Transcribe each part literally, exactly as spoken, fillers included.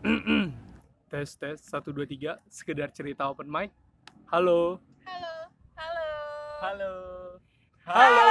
Tes tes satu dua tiga sekedar cerita open mic. Halo. Halo, halo. Halo. Halo.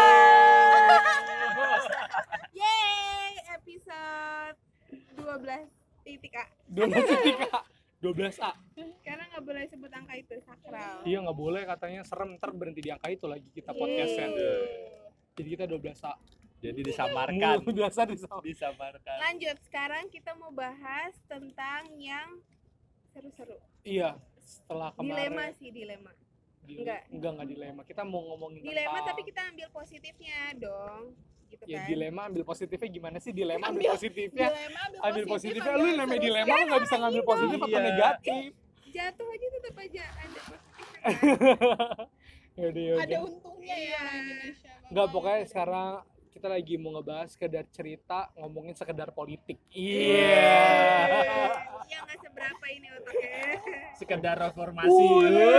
Yeay, episode dua belas titik A. dua belas titik A. dua belas A. Karena nggak boleh sebut angka itu sakral. Iya nggak boleh, katanya serem, ntar berhenti di angka itu lagi kita podcastnya. Jadi kita dua belas A. Jadi disamarkan. Biasa disamarkan. Disamarkan. Lanjut, sekarang kita mau bahas tentang yang seru-seru. Iya, setelah kemarin. Dilema sih, dilema. Di- Enggak. Enggak, enggak dilema. Kita mau ngomongin Dilema tentang tapi kita ambil positifnya dong. Gitu ya kan. dilema ambil positifnya gimana sih? Dilema ambil, Ambil- positifnya. Dilema ambil, Ambil positif, positifnya. ambil Lu namanya seru. dilema lu nggak bisa ngambil positif atau Iya. negatif. Jatuh aja tetap aja ada positifnya kan. Yaudah, Ada yaudah. untungnya ya orang Indonesia. Enggak, pokoknya sekarang kita lagi mau ngebahas sekedar cerita, ngomongin sekedar politik. Iya. Yang nggak seberapa ini otaknya. Sekedar reformasi.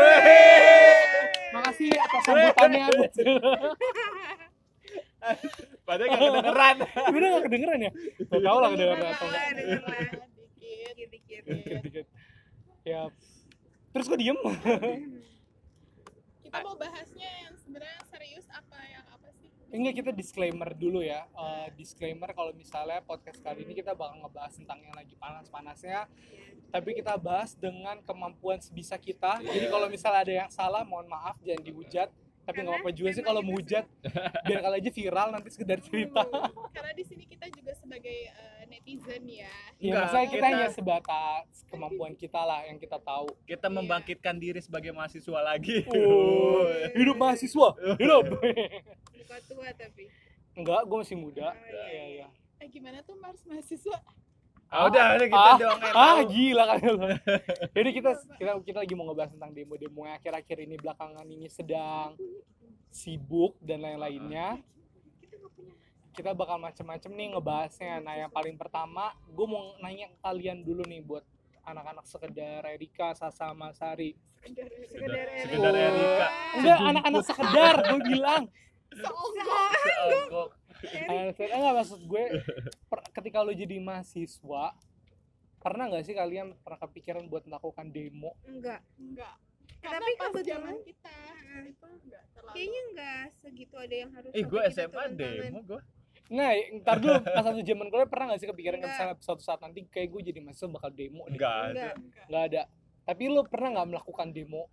Makasih atas sambutannya. Padahal gak kedengeran. Udah gak kedengeran ya? Gak tau lah kedengeran atau enggak. Lah, denger lah. Dikit. Dikit-dikit. Dikit-dikit. Ya. Terus kok diem? Kita mau bahasnya yang sebenarnya serius apa yang apa sih? Enggak, kita disclaimer dulu ya. Uh, disclaimer kalau misalnya podcast kali ini kita bakal ngebahas tentang yang lagi panas-panasnya. Tapi kita bahas dengan kemampuan sebisa kita. Jadi kalau misalnya ada yang salah, mohon maaf, jangan dihujat. Tapi nggak apa-apa juga sih kalau mau hujat. Biar kali aja viral nanti sekedar cerita. Karena di sini kita juga sebagai eh, netizen ya. Ya, Enggak, maksudnya kita kita- hanya sebatas kemampuan kita lah yang kita tahu. Kita membangkitkan diri sebagai mahasiswa lagi. Oh, hidup mahasiswa, hidup. Bukan tua tapi. Enggak, gue masih muda. Oh, iya, Iya, iya. Eh gimana tuh Mars mahasiswa? Ah, udah, udah kita ah, doang yang Ah, tahu. gila kan lo. Jadi kita kita kita lagi mau ngebahas tentang demo-demo yang akhir-akhir ini belakangan ini sedang sibuk dan lain-lainnya. Kita bakal macem-macem nih ngebahasnya. Nah, yang paling pertama, gue mau nanya ke kalian dulu nih buat anak-anak sekedar Erika, Sasa, Masari. Sekedar Sekedar Erika. Erika. Enggak, anak-anak sekedar, gue bilang. Seonggok. Anak sekedar, enggak maksud gue, per- ketika lo jadi mahasiswa, pernah nggak sih kalian pernah kepikiran buat melakukan demo? Enggak. Enggak. Tapi Karena pas kebetulan- zaman kita itu enggak terlalu. Kayaknya enggak segitu ada yang harus Eh, gue sampai kita S M A turun tangan. demo gue. Nah, ntar dulu pas satu zaman kuliah pernah nggak sih kepikiran Enggak. misalnya suatu saat nanti kayak gue jadi mahasiswa bakal demo deh? Enggak ada. Enggak. Enggak. Nggak ada. Tapi lo pernah nggak melakukan demo?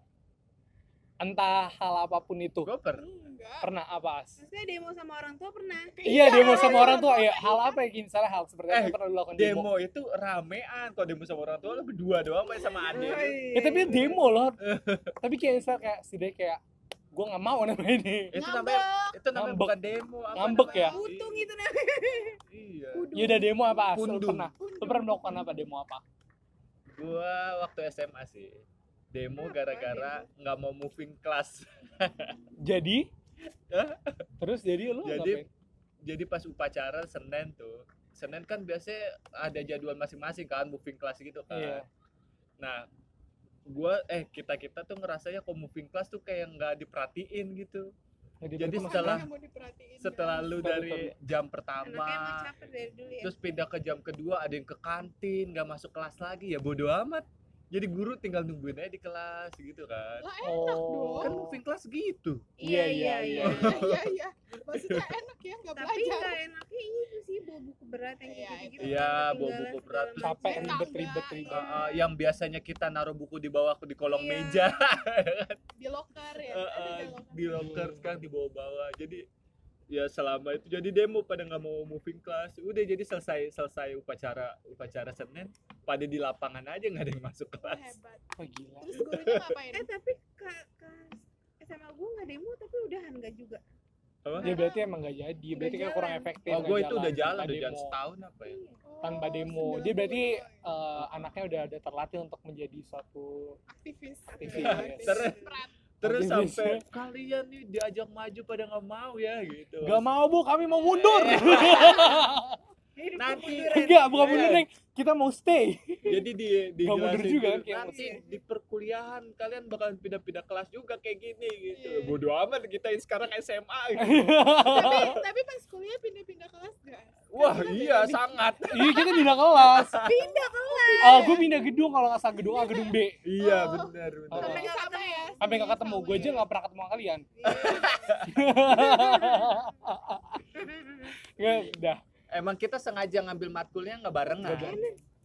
Entah hal apapun itu. Gue pernah. Enggak. Pernah apa, As? Maksudnya demo sama orang tua pernah. Iya, demo sama orang tua. Ya, hal apa ya, misalnya hal seperti apa Eh, yang pernah lo lakukan demo? Demo itu ramean. Kalau demo sama orang tua lo berdua doang main sama adik. Ya, tapi demo loh. Tapi kayak misalnya kayak setidaknya kayak gue nggak mau namanya ini. Itu namanya itu namanya Ngambek. bukan demo. apa Ngambek namanya? ya? Putung itu namanya. Iya. Ya udah demo apa, As? Lo Pundung. pernah? Lo pernah melakukan apa, demo apa? Gua waktu S M A sih. Demo gara-gara nggak mau moving class. Jadi? Hah? Terus jadi lo Jadi ngapain? jadi pas upacara Senin tuh. Senin kan biasanya ada jadwal masing-masing kan moving class gitu kan. Iya. Nah, gua eh kita-kita tuh ngerasanya kok moving class tuh kayak nggak diperhatiin gitu. Jadi Jadi berarti setelah- Nggak mau diperhatiin, Setelah kan? lu Betul, dari betul. jam Anaknya pertama emang caper dari dulu ya. terus pindah ke jam kedua ada yang ke kantin, nggak masuk kelas lagi, ya bodo amat. Jadi guru tinggal nungguin aja di kelas gitu kan. Lah enak Oh. Kan dong. moving class gitu. Iya, iya, iya. Iya iya. Maksudnya enak ya enggak Tapi belajar. enggak enaknya itu sih bawa buku berat yang Iya, gitu-gitu. Iya, kan, bawa ketinggalan buku berat, segala capek, macam. ribet, ribet, ribet. Iya. Uh, yang biasanya kita naruh buku di bawah di kolong Iya. meja. Di locker ya. Uh, Ada uh, di locker. di locker sekarang di bawah-bawah. Jadi ya selama itu jadi demo pada nggak mau moving class. Udah jadi selesai selesai upacara upacara Senin pada di lapangan aja nggak ada yang masuk kelas. Hebat. Oh, gila. Terus gurunya ngapain? Eh tapi ke, ke S M A gue nggak demo tapi udahan nggak juga. Apa? Ya berarti emang gak jadi, berarti kayak kurang jalan. efektif. Oh, nggak gue itu udah jalan tanpa udah jalan demo. setahun apa ya? Tanpa Oh, demo. sembilan Dia berarti puluh dua, ya. eh, anaknya udah ada terlatih untuk menjadi suatu aktivis. aktivis. Terus- Berat. Terus Aktivis. sampai kalian nih diajak maju pada nggak mau ya gitu. gak mau bu, kami mau mundur. Hidup Nanti- kemunduran. Enggak, bukan Iya. mundur, Neng. Kita mau stay. Jadi di di Nggak mundur juga kan, kayak nanti masih- di perkuliahan kalian bakalan pindah-pindah kelas juga kayak gini gitu. Iya. Bodoh amat kita yang sekarang S M A gitu. tapi tapi pas kuliah pindah-pindah kelas gak? Wah, Kan kita iya beda- sangat. Iya, kita pindah kelas. Pindah kelas. Oh, gue pindah gedung kalau nggak salah gedung A, gedung B. Iya, Oh. benar benar. Oh. Sampai nggak sama ya? Sampai nggak ketemu, gue aja Sama ya. nggak pernah ketemu sama kalian. Iya. Ya, udah. Emang kita sengaja ngambil matkulnya nggak barengan. Nggak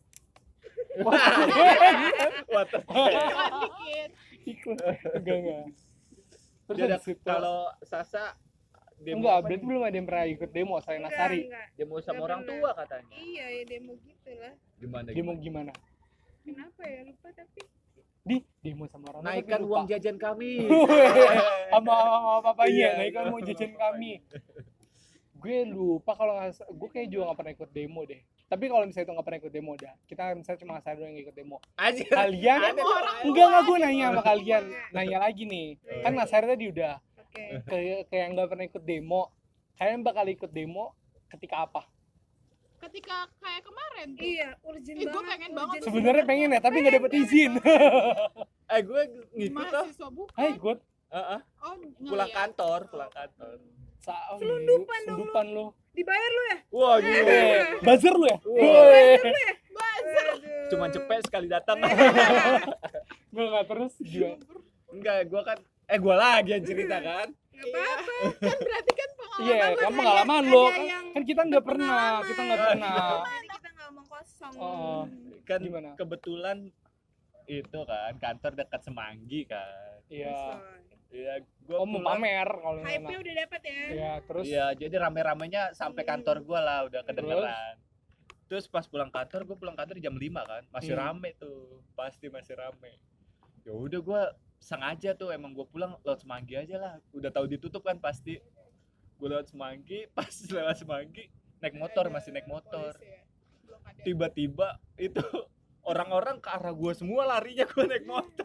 What the fuck? Iklan dikit. Iklan. Enggak, enggak. Terus Jadi habis itu, kalau Sasa demo enggak, apa berarti nih? belum ada yang pernah ikut demo selain Enggak, Nasari. enggak. Demo sama Nggak orang pernah. tua katanya. Iya ya demo gitu lah. Gimana? Demo gimana? gimana? Kenapa ya lupa tapi Di demo sama orang tua. Naikkan tapi lupa. uang jajan kami. sama sama papanya, Iya, naikkan iya, mau sama jajan papanya. kami. Gue lupa kalau nggak sa- gue kayak juga nggak pernah ikut demo deh. Tapi kalau misalnya itu nggak pernah ikut demo dah, kita misalnya cuma saya doang yang ikut demo. Aja. Kalian Ada orang enggak enggak gue nanya sama kalian, nanya lagi nih. Kan Nasari tadi udah oke. ke kayak nggak pernah ikut demo. Kalian bakal ikut demo ketika apa? Ketika kayak kemarin tuh. Iya, urgent Ih, gua banget. pengen banget urgent Sebenarnya pengen ya, tapi nggak dapet izin. Eh gue ngikut lah. Mahasiswa bukan. Hai, ikut. Heeh, Oh, pulang ngeliat. kantor, pulang kantor. Sa- oh, Selundupan dong selundupan lu. Dibayar lu ya? Wah, gila. Eh, buzzer lu ya? Wah. Weh. Buzzer. Aduh. Cuma cepet sekali datang. Gue nggak terus juga. Enggak, gua kan eh gua lagi yang cerita kan. Nggak apa-apa. Kan berarti kan pengalaman. Iya, Bagus, kamu ada- pengalaman ada lo. yang Kan kita nggak pernah, berpengalaman. kita nggak pernah. Jadi kita nggak ngomong kosong. Oh. Kan Gimana? kebetulan itu kan kantor dekat Semanggi kan. Iya. Iya, gua Oh, mau pulang- pamer kalau Hype-nya enak. udah dapat ya. Iya, terus Iya, jadi rame-ramenya sampai Hmm. kantor gua lah udah kedengeran. Terus pas pulang kantor, gua pulang kantor jam lima kan, masih Hmm. rame tuh, pasti masih rame. Ya udah gua sengaja tuh emang gua pulang lewat Semanggi aja lah, udah tahu ditutup kan pasti. Gua lewat Semanggi, pas lewat Semanggi naik motor, Ada masih naik motor. polisi ya. Belum ada. Tiba-tiba itu orang-orang ke arah gua semua larinya, gua naik motor.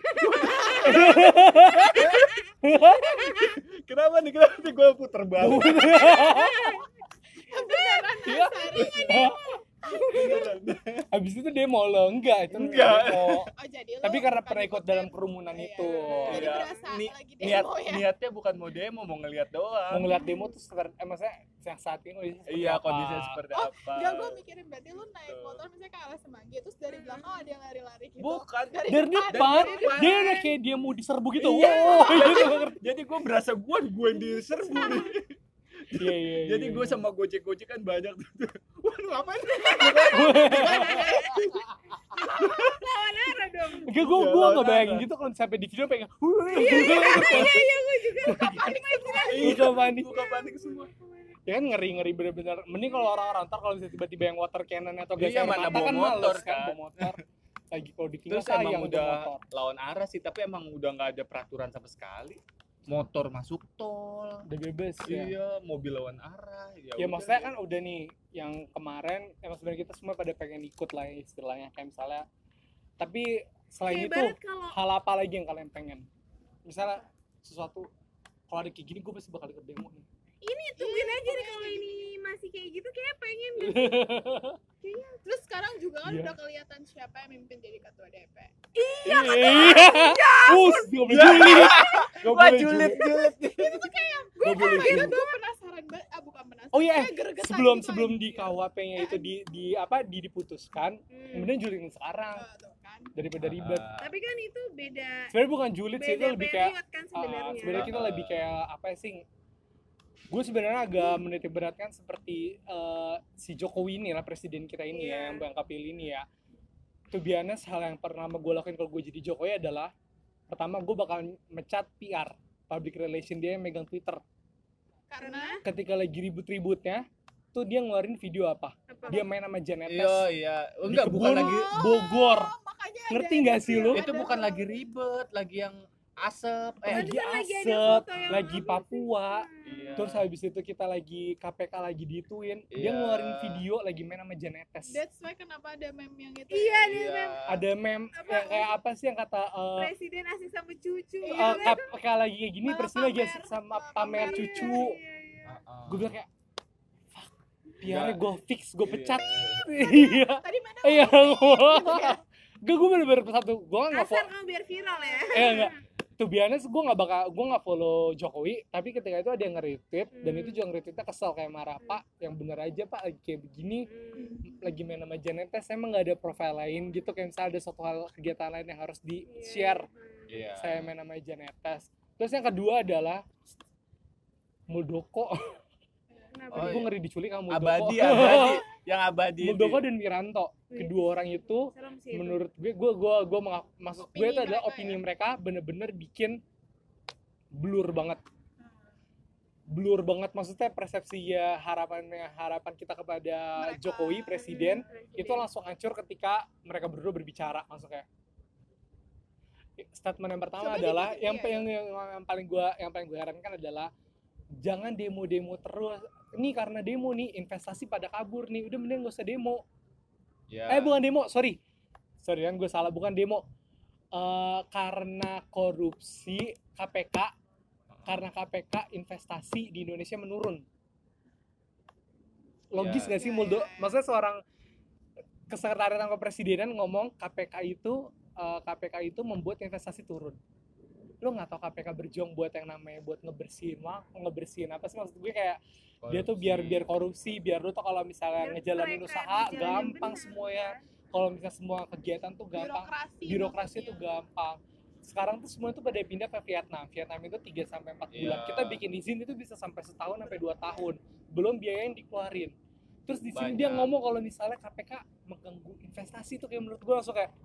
Kenapa nih? Kenapa nih gua puter balik? Beneran Iya. Nasari. Beneran. habis itu demo lo enggak itu Enggak. demo. Oh, jadi lo Tapi karena bukan pernah ikut ikut dalam demo. kerumunan Iya. itu. Jadi Iya. berasa Ni- lagi Niat demo ya. niatnya bukan mau demo, mau ngeliat doang. Mau ngeliat demo tuh seperti eh, maksudnya yang saat ini kondisi seperti Iya, apa. kondisinya seperti Oh, apa? Enggak, gue mikirin berarti lu naik Tuh. motor misalnya ke arah Semanggi terus dari belakang ada yang lari-lari gitu. Bukan. Dari Dari depan. depan, dari depan. dia udah kayak dia mau diserbu gitu. Iya. Wow, gitu. Jadi gue berasa gue gue yang diserbu nih. Iya, iya, iya. Jadi gue sama gojek-gojek kan banyak tuh. Wah, lu ngapain? Lawan arah dong. Enggak, gue Iya, gue lawan nggak bayangin arah. gitu kalau sampai di video pengen. Iya iya gue juga. Buka panik. Buka panik semua. Ya kan ngeri ngeri bener-bener. Mending kalau orang-orang ntar kalau bisa tiba-tiba yang water cannon atau gas Iya, air mana mata bawa kan motor, males kan kan. bawa motor. Lagi kalau ditinggal Terus sayang emang untuk udah motor. lawan arah sih, tapi emang udah nggak ada peraturan sama sekali. Motor masuk tol. Udah bebas ya. Iya, mobil lawan arah. Ya, Ya udah. maksudnya kan udah nih yang kemarin emang sebenarnya kita semua pada pengen ikut lah ya istilahnya kayak misalnya. Tapi selain Kayak itu banget kalau hal apa lagi yang kalian pengen? Misalnya sesuatu kalau ada kayak gini gue pasti bakal ikut demo nih. ini tungguin aja nih kalau ini masih kayak gitu kayak pengen deh. Terus sekarang juga kan Iya. udah kelihatan siapa yang mimpin jadi ketua D P. Iya. Us, gak boleh julid. Gak Wah, boleh julid, julid. Gak boleh Itu julid. gue penasaran banget, ah bukan penasaran. Oh iya, kayak gregetan sebelum gitu sebelum aja. di K U H P-nya itu di di apa di diputuskan, Hmm. kemudian julidin sekarang Eh, tuh kan. daripada ribet. Ah, Tapi kan itu beda. Sebenarnya bukan julid sih, itu Beda lebih kayak period kan ah, sebenarnya. sebenarnya kita lebih kayak apa sih? Gue sebenarnya agak menitik beratkan seperti eh, si Jokowi ini lah presiden kita ini ya, Iya. yang Bang Kapil ini ya. To be honest, hal yang pertama gue lakuin kalau gue jadi Jokowi adalah pertama gue bakal mecat P R, public relation dia yang megang Twitter. Karena Ketika lagi ribut-ributnya, tuh dia ngeluarin video apa? Apa? Dia main sama Janetes. Iya, iya. Di Enggak, bukan kebun lagi Bogor. Oh, makanya ada Ngerti nggak sih lu? ada itu bukan tuh. lagi ribet, lagi yang asap. Eh, Lagi Kan lagi ada asep, foto yang lagi apa sih? Papua. Hmm. Iya. Terus habis itu kita lagi K P K lagi dituin, dia Iya. ngeluarin video lagi main sama Janetes. That's why kenapa ada meme yang itu. Iya, ya? dia Iya. mem Ada meme Apa? kayak, kayak apa sih yang kata eh presiden asik sama cucu. Iya, eh, gitu. K P K lagi kayak gini, Malah presiden lagi pamer, asik sama malah pamer pamer, cucu. Iya, iya, iya. Heeh. Gue bilang kayak fuck, P R-nya gue fix, gue Iya. pecat. Iya. Tadi mana? Iya. Gue gue bener-bener satu, gue nggak Asal follow. kamu biar viral ya. Eh enggak. To be honest, gue nggak bakal, gue nggak follow Jokowi. Tapi ketika itu ada yang nge-retweet dan Hmm. itu juga nge-retweetnya kesel kayak marah, Pak, yang bener aja Pak, lagi kayak begini, Hmm. lagi main sama Janetes, emang nggak ada profile lain gitu, kayak misalnya ada suatu hal kegiatan lain yang harus di Iya. share. Iya. Saya main sama Janetes. Terus yang kedua adalah Muldoko. Kenapa? Oh, Gue ngeri diculik sama Muldoko. Abadi, abadi, yang abadi. itu. Muldoko dan Wiranto. Wih. Kedua orang itu Serem sih itu. menurut gue, gue gue gue mengak- maksud gue Opini itu adalah mereka opini ya? mereka bener-bener bikin blur banget. Blur banget, maksudnya persepsi ya harapannya harapan kita kepada Mereka. Jokowi presiden Hmm, itu langsung hancur ketika mereka berdua berbicara, langsung kayak statement yang pertama Coba adalah dikit, yang, iya. yang yang yang paling gue yang paling gue herankan adalah jangan demo-demo terus. Ini karena demo nih investasi pada kabur nih, udah mending gak usah demo. Ya. Eh bukan demo, sorry. Sorry kan gue salah, bukan demo. Eh karena korupsi K P K, karena K P K investasi di Indonesia menurun. Logis Ya. gak sih Ya, Muldo? ya, ya. Maksudnya seorang kesekretariatan kepresidenan ngomong K P K itu eh, K P K itu membuat investasi turun. Lo nggak tahu K P K berjuang buat yang namanya buat ngebersihin mah ngebersihin apa sih, maksud gue kayak dia tuh biar biar korupsi, biar lo tuh kalau misalnya Biar ngejalanin mereka usaha berjalan yang gampang benar, semuanya. kan? Kalau misalnya semua kegiatan tuh gampang, birokrasi birokrasi maksudnya. tuh gampang. Sekarang tuh semua tuh pada pindah ke Vietnam. Vietnam itu tiga sampai empat bulan. Iya. Kita bikin izin itu bisa sampai setahun sampai dua tahun. Belum biaya yang dikeluarin. Terus di sini dia Banyak. ngomong kalau misalnya K P K mengganggu investasi tuh, kayak menurut gue langsung kayak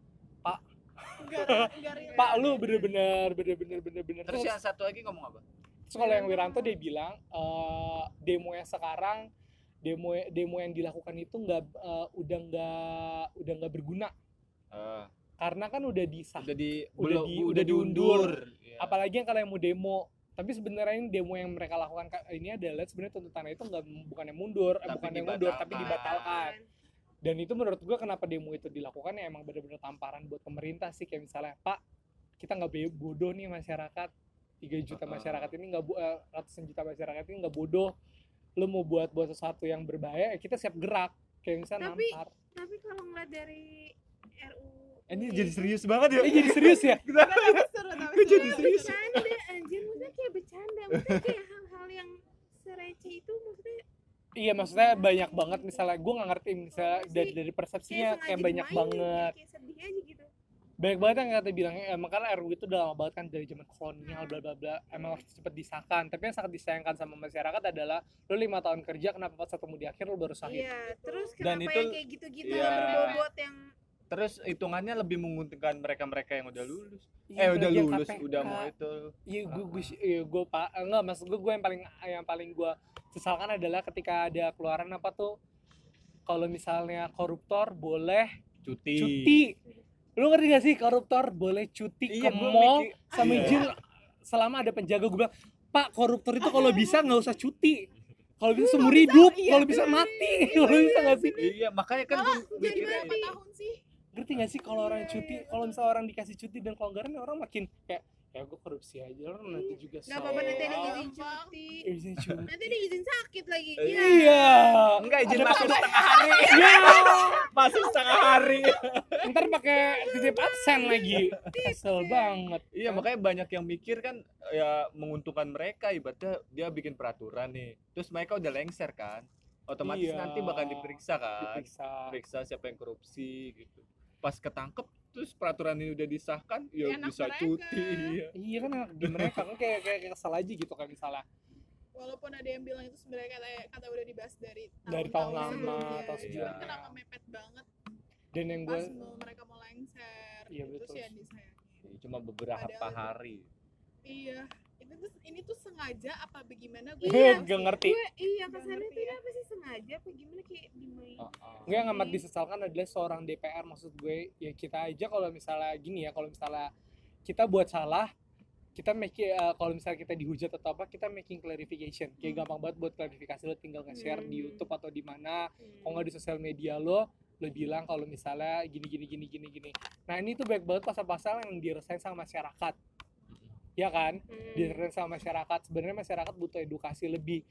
Enggak, enggak relate. Pak lu bener-bener bener-bener bener-bener. Terus Terus, yang satu lagi ngomong apa? terus kalau yang Wiranto dia bilang eh, demo yang sekarang demo demo yang dilakukan itu nggak eh, udah nggak udah nggak berguna Eh, karena kan udah disah. udah di Udah belum di- udah udah diundur. diundur. Iya. Apalagi yang kalau yang mau demo, tapi sebenarnya ini demo yang mereka lakukan ka- ini adalah sebenarnya tuntutannya itu nggak bukan yang mundur, eh, Tapi bukan yang mundur tapi dibatalkan. dibatalkan. Dan itu menurut gua kenapa demo itu dilakukan ya emang benar-benar tamparan buat pemerintah sih, kayak misalnya Pak kita nggak be- bodoh nih masyarakat, tiga juta Uh-uh. masyarakat ini nggak bo- eh, ratusan juta masyarakat ini nggak bodoh, lo mau buat buat sesuatu yang berbahaya ya kita siap gerak, kayak misalnya Tapi- nampar. Tapi kalau ngeliat dari R U Ini jadi serius banget ya. Eh jadi serius ya? Tapi seru tapi Gue jadi seru. serius. bercanda anjir, maksudnya kayak bercanda, maksudnya kayak hal-hal yang serece itu maksudnya Iya maksudnya banyak banget, misalnya gue nggak ngerti misalnya Kenapa dari sih? dari persepsinya kayak kayak sengaja banyak dimainin, banget. kayak sedih aja gitu. Banyak banget yang kata bilang eh, makanya R U itu udah lama banget kan dari zaman kolonial bla bla bla, emang harus cepet disahkan. Tapi yang sangat disayangkan sama masyarakat adalah lo lima tahun kerja, kenapa pas ketemu di akhir lo baru sahid. Iya, terus Dan kenapa itu- yang kayak gitu-gitu iya. yang berbobot yang Terus hitungannya lebih menguntungkan mereka-mereka yang udah lulus. Iya, eh udah apalagi yang lulus, K P K. udah mau itu. Iya gue gue iya, gue pak enggak maksud gue gue yang paling yang paling gue sesalkan adalah ketika ada keluaran apa tuh kalau misalnya koruptor boleh Cuti. cuti. Lu ngerti gak sih koruptor boleh cuti Iya, ke gua mall mikir- sama iya. izin selama ada penjaga. Gue bilang, Pak koruptor itu kalau bisa nggak usah cuti, kalau bisa seumur hidup, iya, kalau bisa mati, kalau bisa nggak sih? Iya, makanya kan Malah gue jadi mikirnya berapa tahun sih? Ngerti gak sih kalau orang cuti, kalau misalnya orang dikasih cuti dan kelonggaran orang makin kayak ya gue korupsi aja, orang nanti juga nggak apa-apa nanti ada Oh. izin cuti, Eh, bisa cuti. nanti ada izin sakit lagi. Eh, Iya. Iya. enggak izin Ada masuk pakai- setengah hari. Iya. Masuk setengah hari. Ntar pakai titip absen lagi. Kesel banget. Iya, makanya banyak yang mikir kan ya menguntungkan mereka, ibaratnya dia bikin peraturan nih. Terus mereka udah lengser kan. Otomatis Iya. nanti bakal diperiksa kan. Diperiksa. Periksa siapa yang korupsi gitu. Pas ketangkep terus peraturan ini udah disahkan, ya Enak bisa mereka. cuti. Iya. Iya kan enak di mereka kan kayak kayak kayak kesel aja gitu kan misalnya. Walaupun ada yang bilang itu sebenarnya kata kata udah dibahas dari Dari tahun lama, sebelumnya. tahun Cuman sebelumnya. kenapa mepet banget Dan yang pas gue mau mereka mau lengser. Iya, Terus betul. ya disayangin. Cuma beberapa Padahal- hari. Iya. Itu tuh ini tuh sengaja apa bagaimana gue Iya, gak ngerti. Gue iya Nggak kesannya ngerti itu ya. apa sih, sengaja apa gimana kayak dimain. Nggak, yang amat disesalkan adalah seorang D P R, maksud gue ya kita aja kalau misalnya gini ya, kalau misalnya kita buat salah, kita make uh, kalau misalnya kita dihujat atau apa, kita making clarification, kayak gampang banget buat klarifikasi, lo tinggal nge-share di Hmm. YouTube atau di mana, Hmm. kalau nggak di sosial media lo lo bilang kalau misalnya gini gini gini gini gini. Nah ini tuh banyak banget pasal-pasal yang dirasain sama masyarakat, ya kan? Hmm. Dirasain sama masyarakat. Sebenarnya masyarakat butuh edukasi lebih.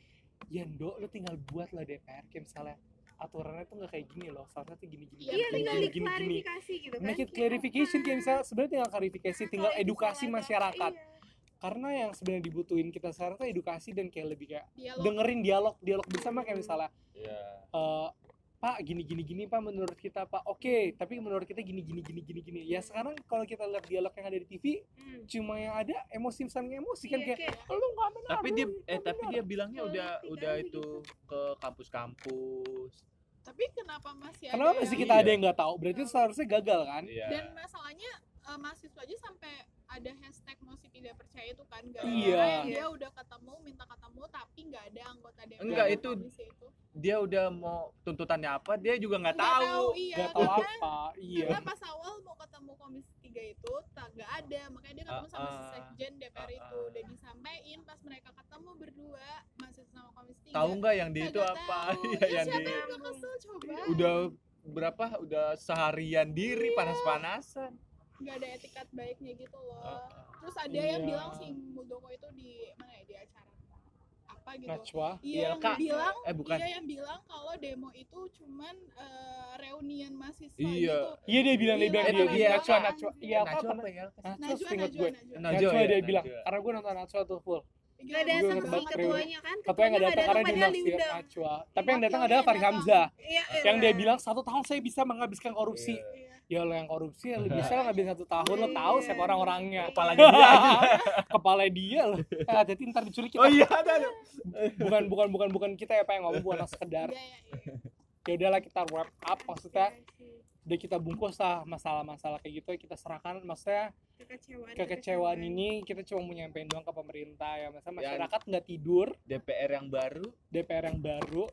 ya Ndo, lu tinggal buat lah D P R kayak misalnya aturannya tuh nggak kayak gini loh, salah satu gini gini Iya, Iya, gini, tinggal gini, gini, gini. diklarifikasi gitu kan. Make it Kayak clarification apa? kayak misalnya sebenarnya tinggal klarifikasi, Nah, tinggal kalau itu edukasi salah masyarakat. data, iya. Karena yang sebenarnya dibutuhin kita sekarang tuh edukasi dan kayak lebih kayak Dialog. dengerin dialog dialog bersama kayak Hmm. misalnya Iya. eh, Pak gini gini gini Pak menurut kita Pak oke tapi menurut kita gini gini gini gini gini ya sekarang kalau kita lihat dialog yang ada di T V Hmm. cuma yang ada emosi saling emosi kan Iya, kayak kayak lu nggak benar Tapi lu dia nggak eh tapi benar." dia bilangnya Kalau udah tiga udah hari itu gitu. ke kampus-kampus. Tapi kenapa masih ada kenapa masih yang- kita Iya. ada yang nggak tahu berarti seharusnya gagal kan Iya. Dan masalahnya eh, mahasiswa aja sampai ada hashtag mosi tidak percaya itu kan gara-gara Iya. dia udah ketemu minta ketemu tapi nggak ada anggota D P R Enggak, di itu- komisi itu. Dia udah mau tuntutannya apa, dia juga nggak Nggak tahu. iya, nggak tahu karena, apa iya karena pas awal mau ketemu komisi tiga itu tak nggak ada, makanya dia ketemu sama Ah, si ah. sekjen D P R Ah, itu ah. udah disampaikan pas mereka ketemu berdua mahasiswa sama komisi tiga. Tahu nggak yang di itu Kagak apa? tahu. Iya, Ya, yang siapa di yang nggak kesel coba? udah berapa? Udah seharian diri panas-panasan. Nggak ada etikat baiknya gitu loh. Ah, Terus ada Iya. yang bilang si Muldoko itu di mana ya, di acara apa gitu. Najwa Iya, yang I L K. bilang, Eh, bukan. iya yang bilang kalau demo itu cuman eh, reunian mahasiswa Iya. gitu. iya dia bilang dia Iya, bilang itu dia dia. Najwa Najwa iya apa Najwa apa apa ya? Najwa Najwa, seingat Najwa, gue Najwa. Najwa Najwa ya, dia bilang Najwa. karena gue nonton Najwa tuh full Gila, Nggak ada Gue sama ingat si banget ketuanya kan. ketua yang nggak datang karena padahal diundang si diundang. Najwa tapi yang datang Wakilnya adalah Fahri datang. Hamzah Iya, yang dia iya. bilang satu tahun saya bisa menghabiskan korupsi Iya. Iya. ya lo yang korupsi ya lo bisa lo ngabisin satu tahun lo tahu Iya. siapa orang-orangnya Kepalanya dia aja. kepala dia lo eh, hati-hati ntar diculik kita Oh iya ada. ada. bukan bukan bukan bukan kita ya pak yang ngomong bukan sekedar Iya, iya, iya. ya udahlah kita wrap up maksudnya Iya sih. udah kita bungkus lah masalah-masalah kayak gitu kita serahkan maksudnya Kekecewaan, kekecewaan ini kita cuma mau nyampein doang ke pemerintah ya masa Ya. masyarakat nggak tidur D P R yang baru. D P R yang baru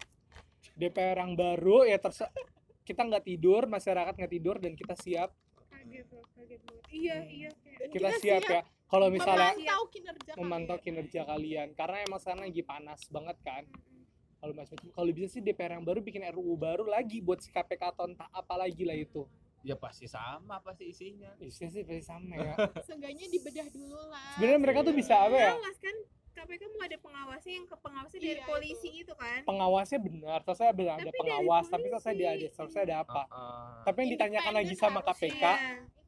D P R yang baru ya terus kita nggak tidur masyarakat nggak tidur dan kita siap Kaget loh, kaget banget. Iya, Hmm. iya kayak Dan kita kita siap siap ya kalau misalnya memantau kinerja memantau kalian. kinerja kalian karena emang sekarang lagi panas banget kan Mm-mm. kalau macam-macam kalau bisa sih D P R yang baru bikin R U U baru lagi buat si K P K atau entah apa lagi lah itu Ya pasti sama pasti isinya. isinya sih pasti sama ya Seenggaknya dibedah dulu lah. sebenarnya mereka tuh bisa apa ya Pengawas kan K P K mau ada pengawasnya yang ke pengawasnya dari Iya, polisi itu kan. pengawasnya benar selesai ada ada Tapi dari pengawas tapi polisi. selesai dia ada selesai ada apa Uh-uh. tapi yang ditanyakan lagi sama K P K Iya.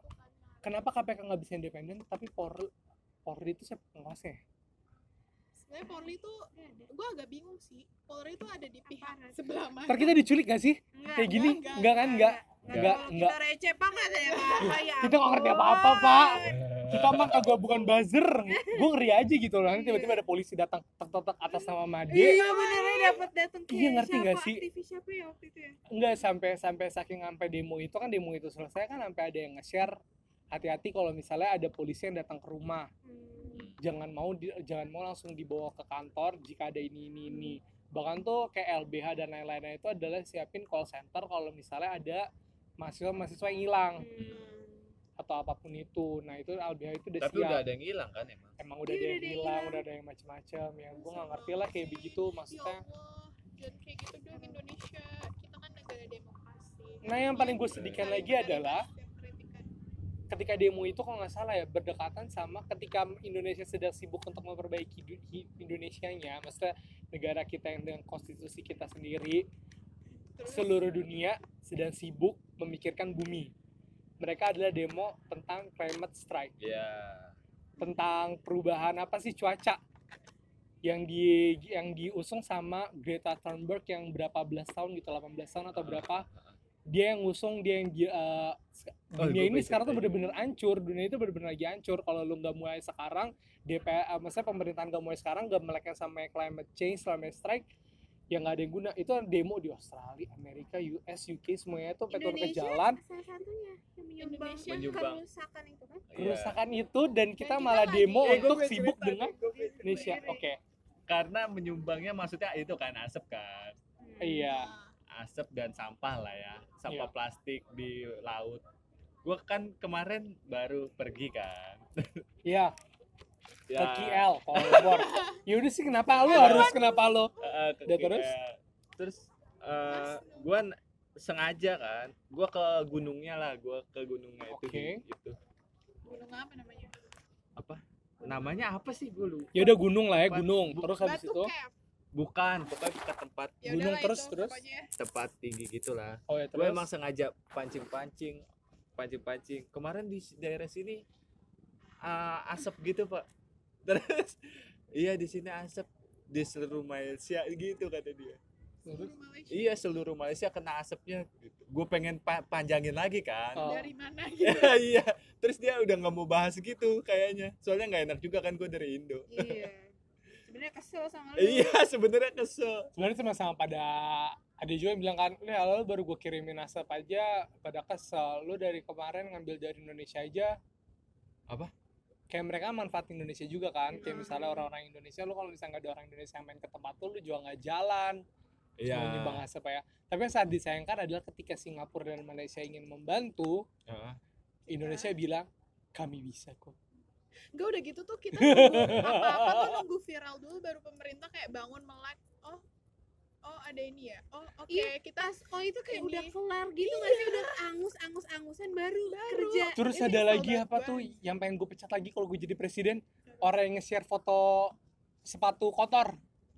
kenapa K P K nggak bisa independen tapi Polri Polri itu siapa pengawasnya Sebenarnya Polri tuh gue agak bingung sih. Polri tuh ada di pihak sebelah mana? ntar kita diculik gak sih Enggak, kayak gini enggak, enggak kan enggak Enggak, Kalau enggak. kita receh pak nggak ada yang apa ya. kita nggak ngerti apa apa pak kita mah kagak bukan buzzer gue ngeri aja gitu loh nanti tiba-tiba ada polisi datang tek tek tek atas nama Made Iya benernya dapat datang ke Iya, ngerti siapa, nggak sih? aktivis siapa ya waktu itu ya? enggak sampai sampai saking sampai demo itu kan demo itu selesai kan sampai ada yang nge-share hati-hati kalau misalnya ada polisi yang datang ke rumah Hmm. jangan mau di- jangan mau langsung dibawa ke kantor jika ada ini ini ini bahkan tuh kayak L B H dan lain-lainnya itu adalah siapin call center kalau misalnya ada mahasiswa-mahasiswa yang hilang Hmm. atau apapun itu nah itu L B H itu udah Tapi siap udah ada yang hilang kan emang. emang udah Iya, ada udah yang ada yang hilang hilang. udah ada yang macam-macam ya gue nggak ngerti lah kayak begitu maksudnya Ya Allah, jangan kayak gitu dong Indonesia. Kita kan negara demokrasi. Nah, yang paling gue sedihkan Saling lagi menerima adalah setiap kritikan. ketika demo itu kalau nggak salah ya berdekatan sama ketika Indonesia sedang sibuk untuk memperbaiki du- hi- Indonesianya, maksudnya negara kita yang dengan konstitusi kita sendiri, Terus seluruh dunia sedang sibuk memikirkan bumi. Mereka adalah demo tentang climate strike, Ya. tentang perubahan apa sih cuaca yang di yang diusung sama Greta Thunberg yang berapa belas tahun gitu, delapan belas tahun atau berapa, dia yang ngusung, dia yang uh, Oh, dunia gua ini baca sekarang tuh cerita bener-bener hancur, dunia itu bener-bener lagi hancur kalau lu nggak mulai sekarang D P R, uh, maksudnya pemerintahan nggak mulai sekarang nggak meleknya sama climate change, climate strike, ya nggak ada yang guna. Itu demo di Australia, Amerika, U S, U K semuanya tuh turun ke Indonesia jalan salah satunya yang menyumbang Indonesia menyumbang. kerusakan itu kan. kerusakan itu dan kita kita malah lagi- demo Eh, gua untuk punya sibuk cerita dengan nih, gua punya cerita. Indonesia. Oke, Karena menyumbangnya maksudnya itu kan asap kan. Hmm. iya. Nah, Asap dan sampah lah ya. Sampah Iya. plastik di laut. Gua kan kemarin baru pergi kan. Iya, Ya. ke K L, Kuala Lumpur. Ya udah sih kenapa lu harus kenapa lu? eh, ke Udah K L. terus? Terus eh gua n- sengaja kan. Gua ke gunungnya lah, gua ke gunungnya itu Oke. di- itu. gunung apa namanya? Apa? Namanya apa sih gue lupa. Ya udah gunung lah ya, Bukan- gunung. bu- Terus habis Batu itu Cap. Bukan, pokoknya ke tempat Ya Gunung udahlah terus, itu, terus? pokoknya. tempat tinggi gitulah. Oh ya Gue terus. emang sengaja pancing-pancing, pancing-pancing. Kemarin di daerah sini ah, asap gitu pak. Terus iya di sini asap di seluruh Malaysia gitu kata dia. Terus? Seluruh Malaysia. Iya seluruh Malaysia kena asapnya. Gitu. Gue pengen pa- panjangin lagi kan. Oh. Dari mana gitu. Iya, terus dia udah nggak mau bahas gitu kayaknya. Soalnya nggak enak juga kan gue dari Indo. Iya. Sebenarnya kesel sama lu. Iya sebenarnya kesel. Sebenarnya sama-sama pada ada juga yang bilang kan, "Leh, lo baru gue kirimin asap aja pada kesel. Lu dari kemarin ngambil dari Indonesia aja." Apa? Kayak mereka manfaat Indonesia juga kan. Kayak Hmm. misalnya orang-orang Indonesia, lu kalau misalnya nggak ada orang Indonesia yang main ke tempat lu, lu juga nggak jalan. Iya. Cuma nyumbang asap ya. Tapi yang saat disayangkan adalah ketika Singapura dan Malaysia ingin membantu, Heeh. Indonesia bilang, "Kami bisa kok." Enggak udah gitu tuh kita nunggu apa-apa tuh nunggu viral dulu baru pemerintah kayak bangun melek. Oh, oh ada ini ya. Oh oke Iya, kita Pas oh itu kayak Ini. udah kelar gitu nggak sih, udah angus angus angusan baru, kerja. Terus Ini ada kesel lagi banget apa gua. tuh yang pengen gue pecat lagi kalau gue jadi presiden, orang yang nge-share foto sepatu kotor.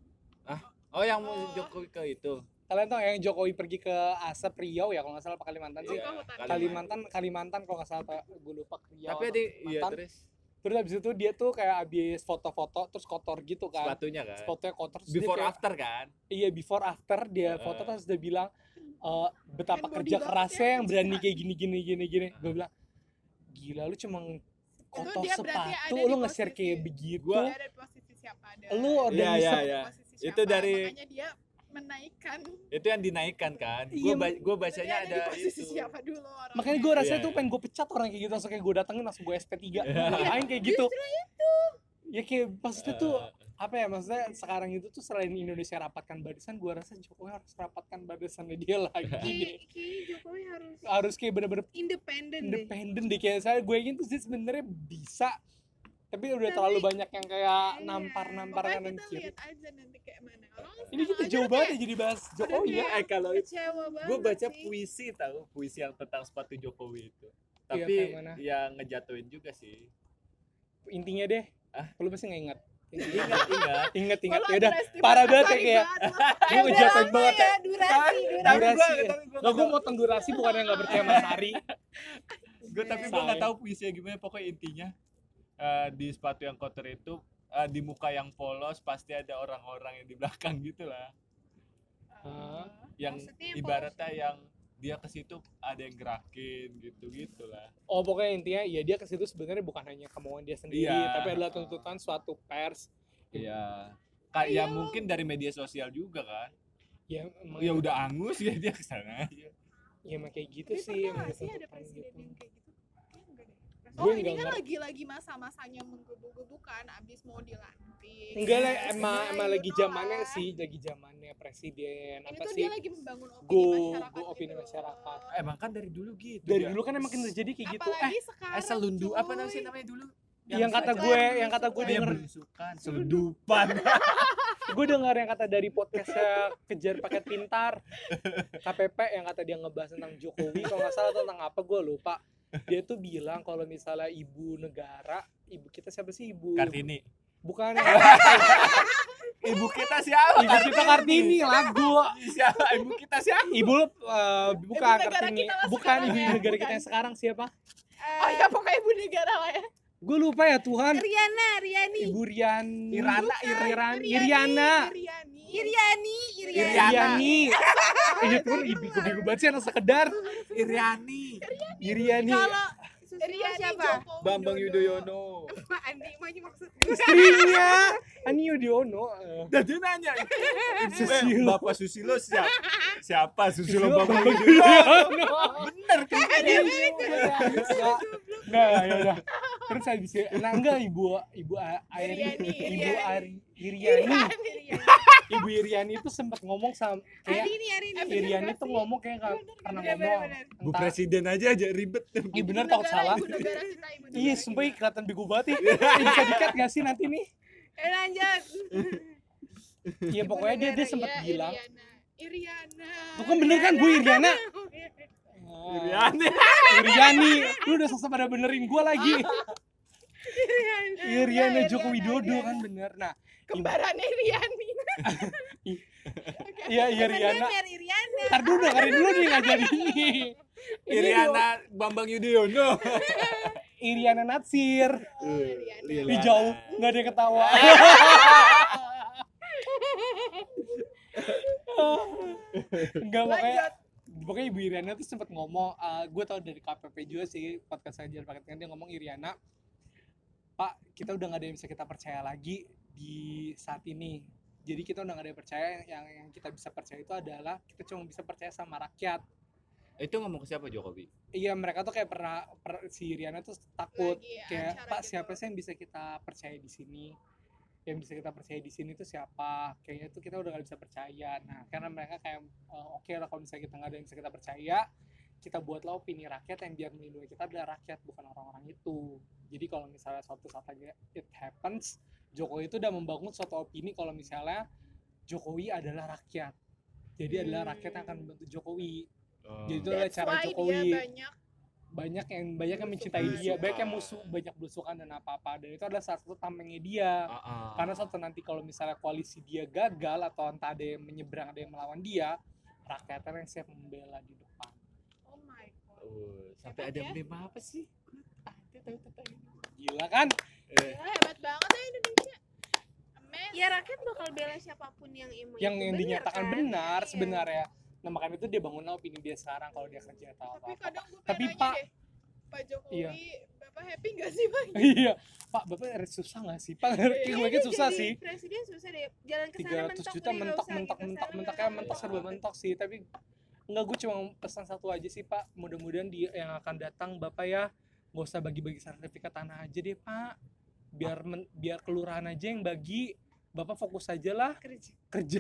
Oh yang mau Oh. Jokowi ke itu. Kalian tau yang Jokowi pergi ke Asap Riau ya kalau nggak salah, apa Kalimantan sih? Iya, ke hutan. Kalimantan Kalimantan kalau nggak salah, gue lupa Riau. Tapi atau ada iya Kalimantan. terus Terus habis itu dia tuh kayak habis foto-foto terus kotor gitu kan. sepatunya kan. Sepatunya kotor terus dia Before kayak- after kan. Iya before after dia Heeh. foto terus dia bilang eh, betapa Kan body kerja banget kerasnya ya, yang berani pencitraan. kayak gini gini gini gini. Gue bilang gila lu cuma kotor dia berarti sepatu ada lu di nge-share posisi- kayak begitu. Gua- Dia ada di posisi siapa ada. Lu Iya, udah iya, bisa iya. Posisi Itu siapa, dari- makanya dia menaikkan. Itu yang dinaikkan kan. Iya, Gue ba- gue Dia bacanya ada ada di posisi itu. siapa dulu orang. Makanya gue rasanya Iya, tuh iya. pengen gue pecat orang kayak gitu, langsung kayak gue datengin langsung gue S P tiga. Iya. Ngapain kayak gitu? Justru itu. Ya kayak maksudnya tuh Eh, apa ya, maksudnya sekarang itu tuh selain Indonesia rapatkan barisan, gue rasa Jokowi harus rapatkan barisannya dia lagi Kayak deh. kayak Jokowi harus Harus kayak bener-bener independen deh. independen deh, kayak saya gue ingin tuh sih sebenarnya bisa, tapi udah Tapi- terlalu banyak yang kayak Iya, nampar-nampar Pokoknya kanan kita kiri. lihat aja nanti kayak mana. Orang Ini kita sekarang jauh aja banget kayak ya jadi bahas Jokowi ya. eh kalau itu Kecewa banget. gue baca sih. puisi tahu puisi yang tentang sepatu Jokowi itu. Iya, Tapi kayak mana? yang ngejatuhin juga sih. Intinya deh, Ah? lu pasti nggak ingat. Ingat ingat. Ingat ingat Kalau ya udah underestimate parah banget ya Asari kayak banget. gue udah ngejatuhin lama banget ya, ya. durasi, Tapi durasi. Durasi. gua- tapi gua Lo gue nggak mau tentang durasi bukan yang nggak percaya Mas Ari. gue tapi gue nggak tahu puisinya gimana, pokoknya intinya eh, di sepatu yang kotor itu eh, di muka yang polos pasti ada orang-orang yang di belakang gitu lah, Hah? yang Maksudnya yang ibaratnya yang dia ke situ ada yang gerakin gitu gitulah. Oh pokoknya intinya ya dia ke situ sebenarnya bukan hanya kemauan dia sendiri, Iya. tapi adalah tuntutan suatu pers. Iya, kayak ya mungkin dari media sosial juga kan. Ya emang Ya udah angus ya dia kesana aja. ya emang kayak gitu Tapi sih, pernah emang nggak sih ada tuntutan presiden gitu. yang kayak gitu? Kayaknya enggak deh. Gue Oh ini nggak kan ngerti. lagi-lagi masa-masanya menggebu-gebukan abis mau dilantik. Enggak lah, Terus emang dia emang you lagi know zamannya lah. sih, lagi zamannya presiden Ini apa tuh sih? dia lagi membangun opini Go- masyarakat. go opini gitu. masyarakat. Emang kan dari dulu gitu. Dari dia. dulu kan emang terjadi kayak gitu. Eh, Apalagi sekarang. eh selundu apa cuy. namanya namanya dulu? yang kata suka- gue, yang kata gue Dia denger, belusukan, selundupan. gue dengar yang kata dari podcastnya Kejar Paket Pintar, K P P, yang kata dia ngebahas tentang Jokowi, kalau nggak salah tentang apa gue lupa. Dia tuh bilang kalau misalnya ibu negara, ibu kita siapa sih ibu? Kartini. Bukan. Ibu kita siapa? Ibu kita Kartini lagu. Siapa? Ibu kita siapa? Ibu uh, bukan negara Kartini, kita lah bukan sekarang ibu ya, negara kita bukan. yang sekarang siapa? Oh ya pokoknya ibu negara lah ya. Gue lupa ya Tuhan. Riana, Riani. Ibu Rian Irana, Iran, Iriani, Iriana. Iriani. Iriani, Iriani. Iriana. Iriani. Iya tuh ibu gue banget sih anak sekedar. Iriani. Iriani. Kalau Susilo Iriani siapa? Joko Bambang Widodo. Yudhoyono. Andi maju maksud. Istrinya Ani Yudhoyono. eh. Dan dia nanya, Susilo. eh, Bapak Susilo siapa? Siapa Susilo Susilo Bambang Bambang Yudhoyono? Bener kan? Nah, nah ya udah. Terus habis itu, nah enggak ibu ibu A- Airi, Iriani, ibu Iriani. Ari Iriani, Iriani. ibu Iriani itu sempat ngomong sama kayak Hari ini, hari ini. Eh, bener Iriani nggak tuh sih? ngomong kayak nggak pernah bener, ngomong. bener, Bu Entah- Presiden aja aja ribet. Iya bener Ibu takut negara, salah. ibu negara kita, ibu negara Iya, kita. sumpah kelihatan bego banget ya. Eh, bisa dikat gak sih nanti nih? Eh, lanjut. Iya Ibu pokoknya dia dia negara, sempat iya, bilang. Iriana. Iriana. Tuh kan bener kan Bu Iriana? Iriani. Iriani, lu udah selesai pada benerin gua lagi. Iriana Iriana, Joko Widodo Iriana. kan bener. Nah, Kembarannya Iriani. Iya iya Temen gue Riana. biar Iriana. Ntar dulu dengerin dulu nih nggak jadi. Iriana Bambang Yudhoyono. Iriana Natsir. Oh, Riana. Liliana. Di jauh nggak ada yang ketawa. Enggak makanya pokoknya Ibu Iriana tuh sempat ngomong, uh, gue tau dari K P P juga sih podcast aja paket dia ngomong Iriana, Pak kita udah nggak ada yang bisa kita percaya lagi di saat ini. Jadi kita udah nggak ada yang percaya, yang yang kita bisa percaya itu adalah kita cuma bisa percaya sama rakyat. Itu ngomong ke siapa Jokowi? Iya mereka tuh kayak pernah per, si Iriana tuh takut Lagi kayak acara Pak gitu. siapa sih yang bisa kita percaya di sini? Yang bisa kita percaya di sini tuh siapa? Kayaknya tuh kita udah gak bisa percaya. Nah karena mereka kayak uh, oke okay lah kalau misalnya kita nggak ada yang bisa kita percaya, kita buatlah opini rakyat yang biar melindungi kita adalah rakyat bukan orang-orang itu. Jadi kalau misalnya suatu saat lagi it happens, Jokowi itu udah membangun suatu opini kalau misalnya Jokowi adalah rakyat. Jadi Hmm. adalah rakyat yang akan membantu Jokowi. Oh. Jadi itu adalah That's cara why Jokowi. dia banyak banyak yang banyak yang mencintai Belusukan. dia, banyak yang musuh, banyak belusukan dan apa-apa, dan itu adalah salah satu tamengnya dia. Ah, ah. Karena suatu nanti kalau misalnya koalisi dia gagal atau entah ada yang menyeberang ada yang melawan dia, rakyatnya yang siap membela di depan. oh my god. Oh, sampai Hebat ada ya. meme apa sih? Ada tahu-tahu. Gila kan? Eh, Gila, hebat banget ya Indonesia. Amazing. Ya rakyat bakal bela siapapun yang emo Yang itu yang bener, dinyatakan kan? benar Iya. sebenarnya. Nah makanya itu dia bangun opini dia sekarang kalau dia kerja atau Tapi apa-apa. kadang gue pengen Tapi, nanya Pak- deh, Pak Jokowi, Iya. Bapak happy gak sih Pak? Iya, Pak, Bapak susah nggak sih? Pak, kayak gue Iya, kan susah jadi sih. Presiden susah deh. Jalan ke sana tiga ratus mentok juta udah nggak mentok usah mentok gitu, mentok sana mentok nggak ya usah. mentok serba mentok sih, tapi enggak, gue cuma pesan satu aja sih Pak, mudah-mudahan dia yang akan datang Bapak ya nggak usah bagi-bagi sertifikat tanah aja deh Pak, biar men, biar kelurahan aja yang bagi, Bapak fokus aja lah Kerja. kerja.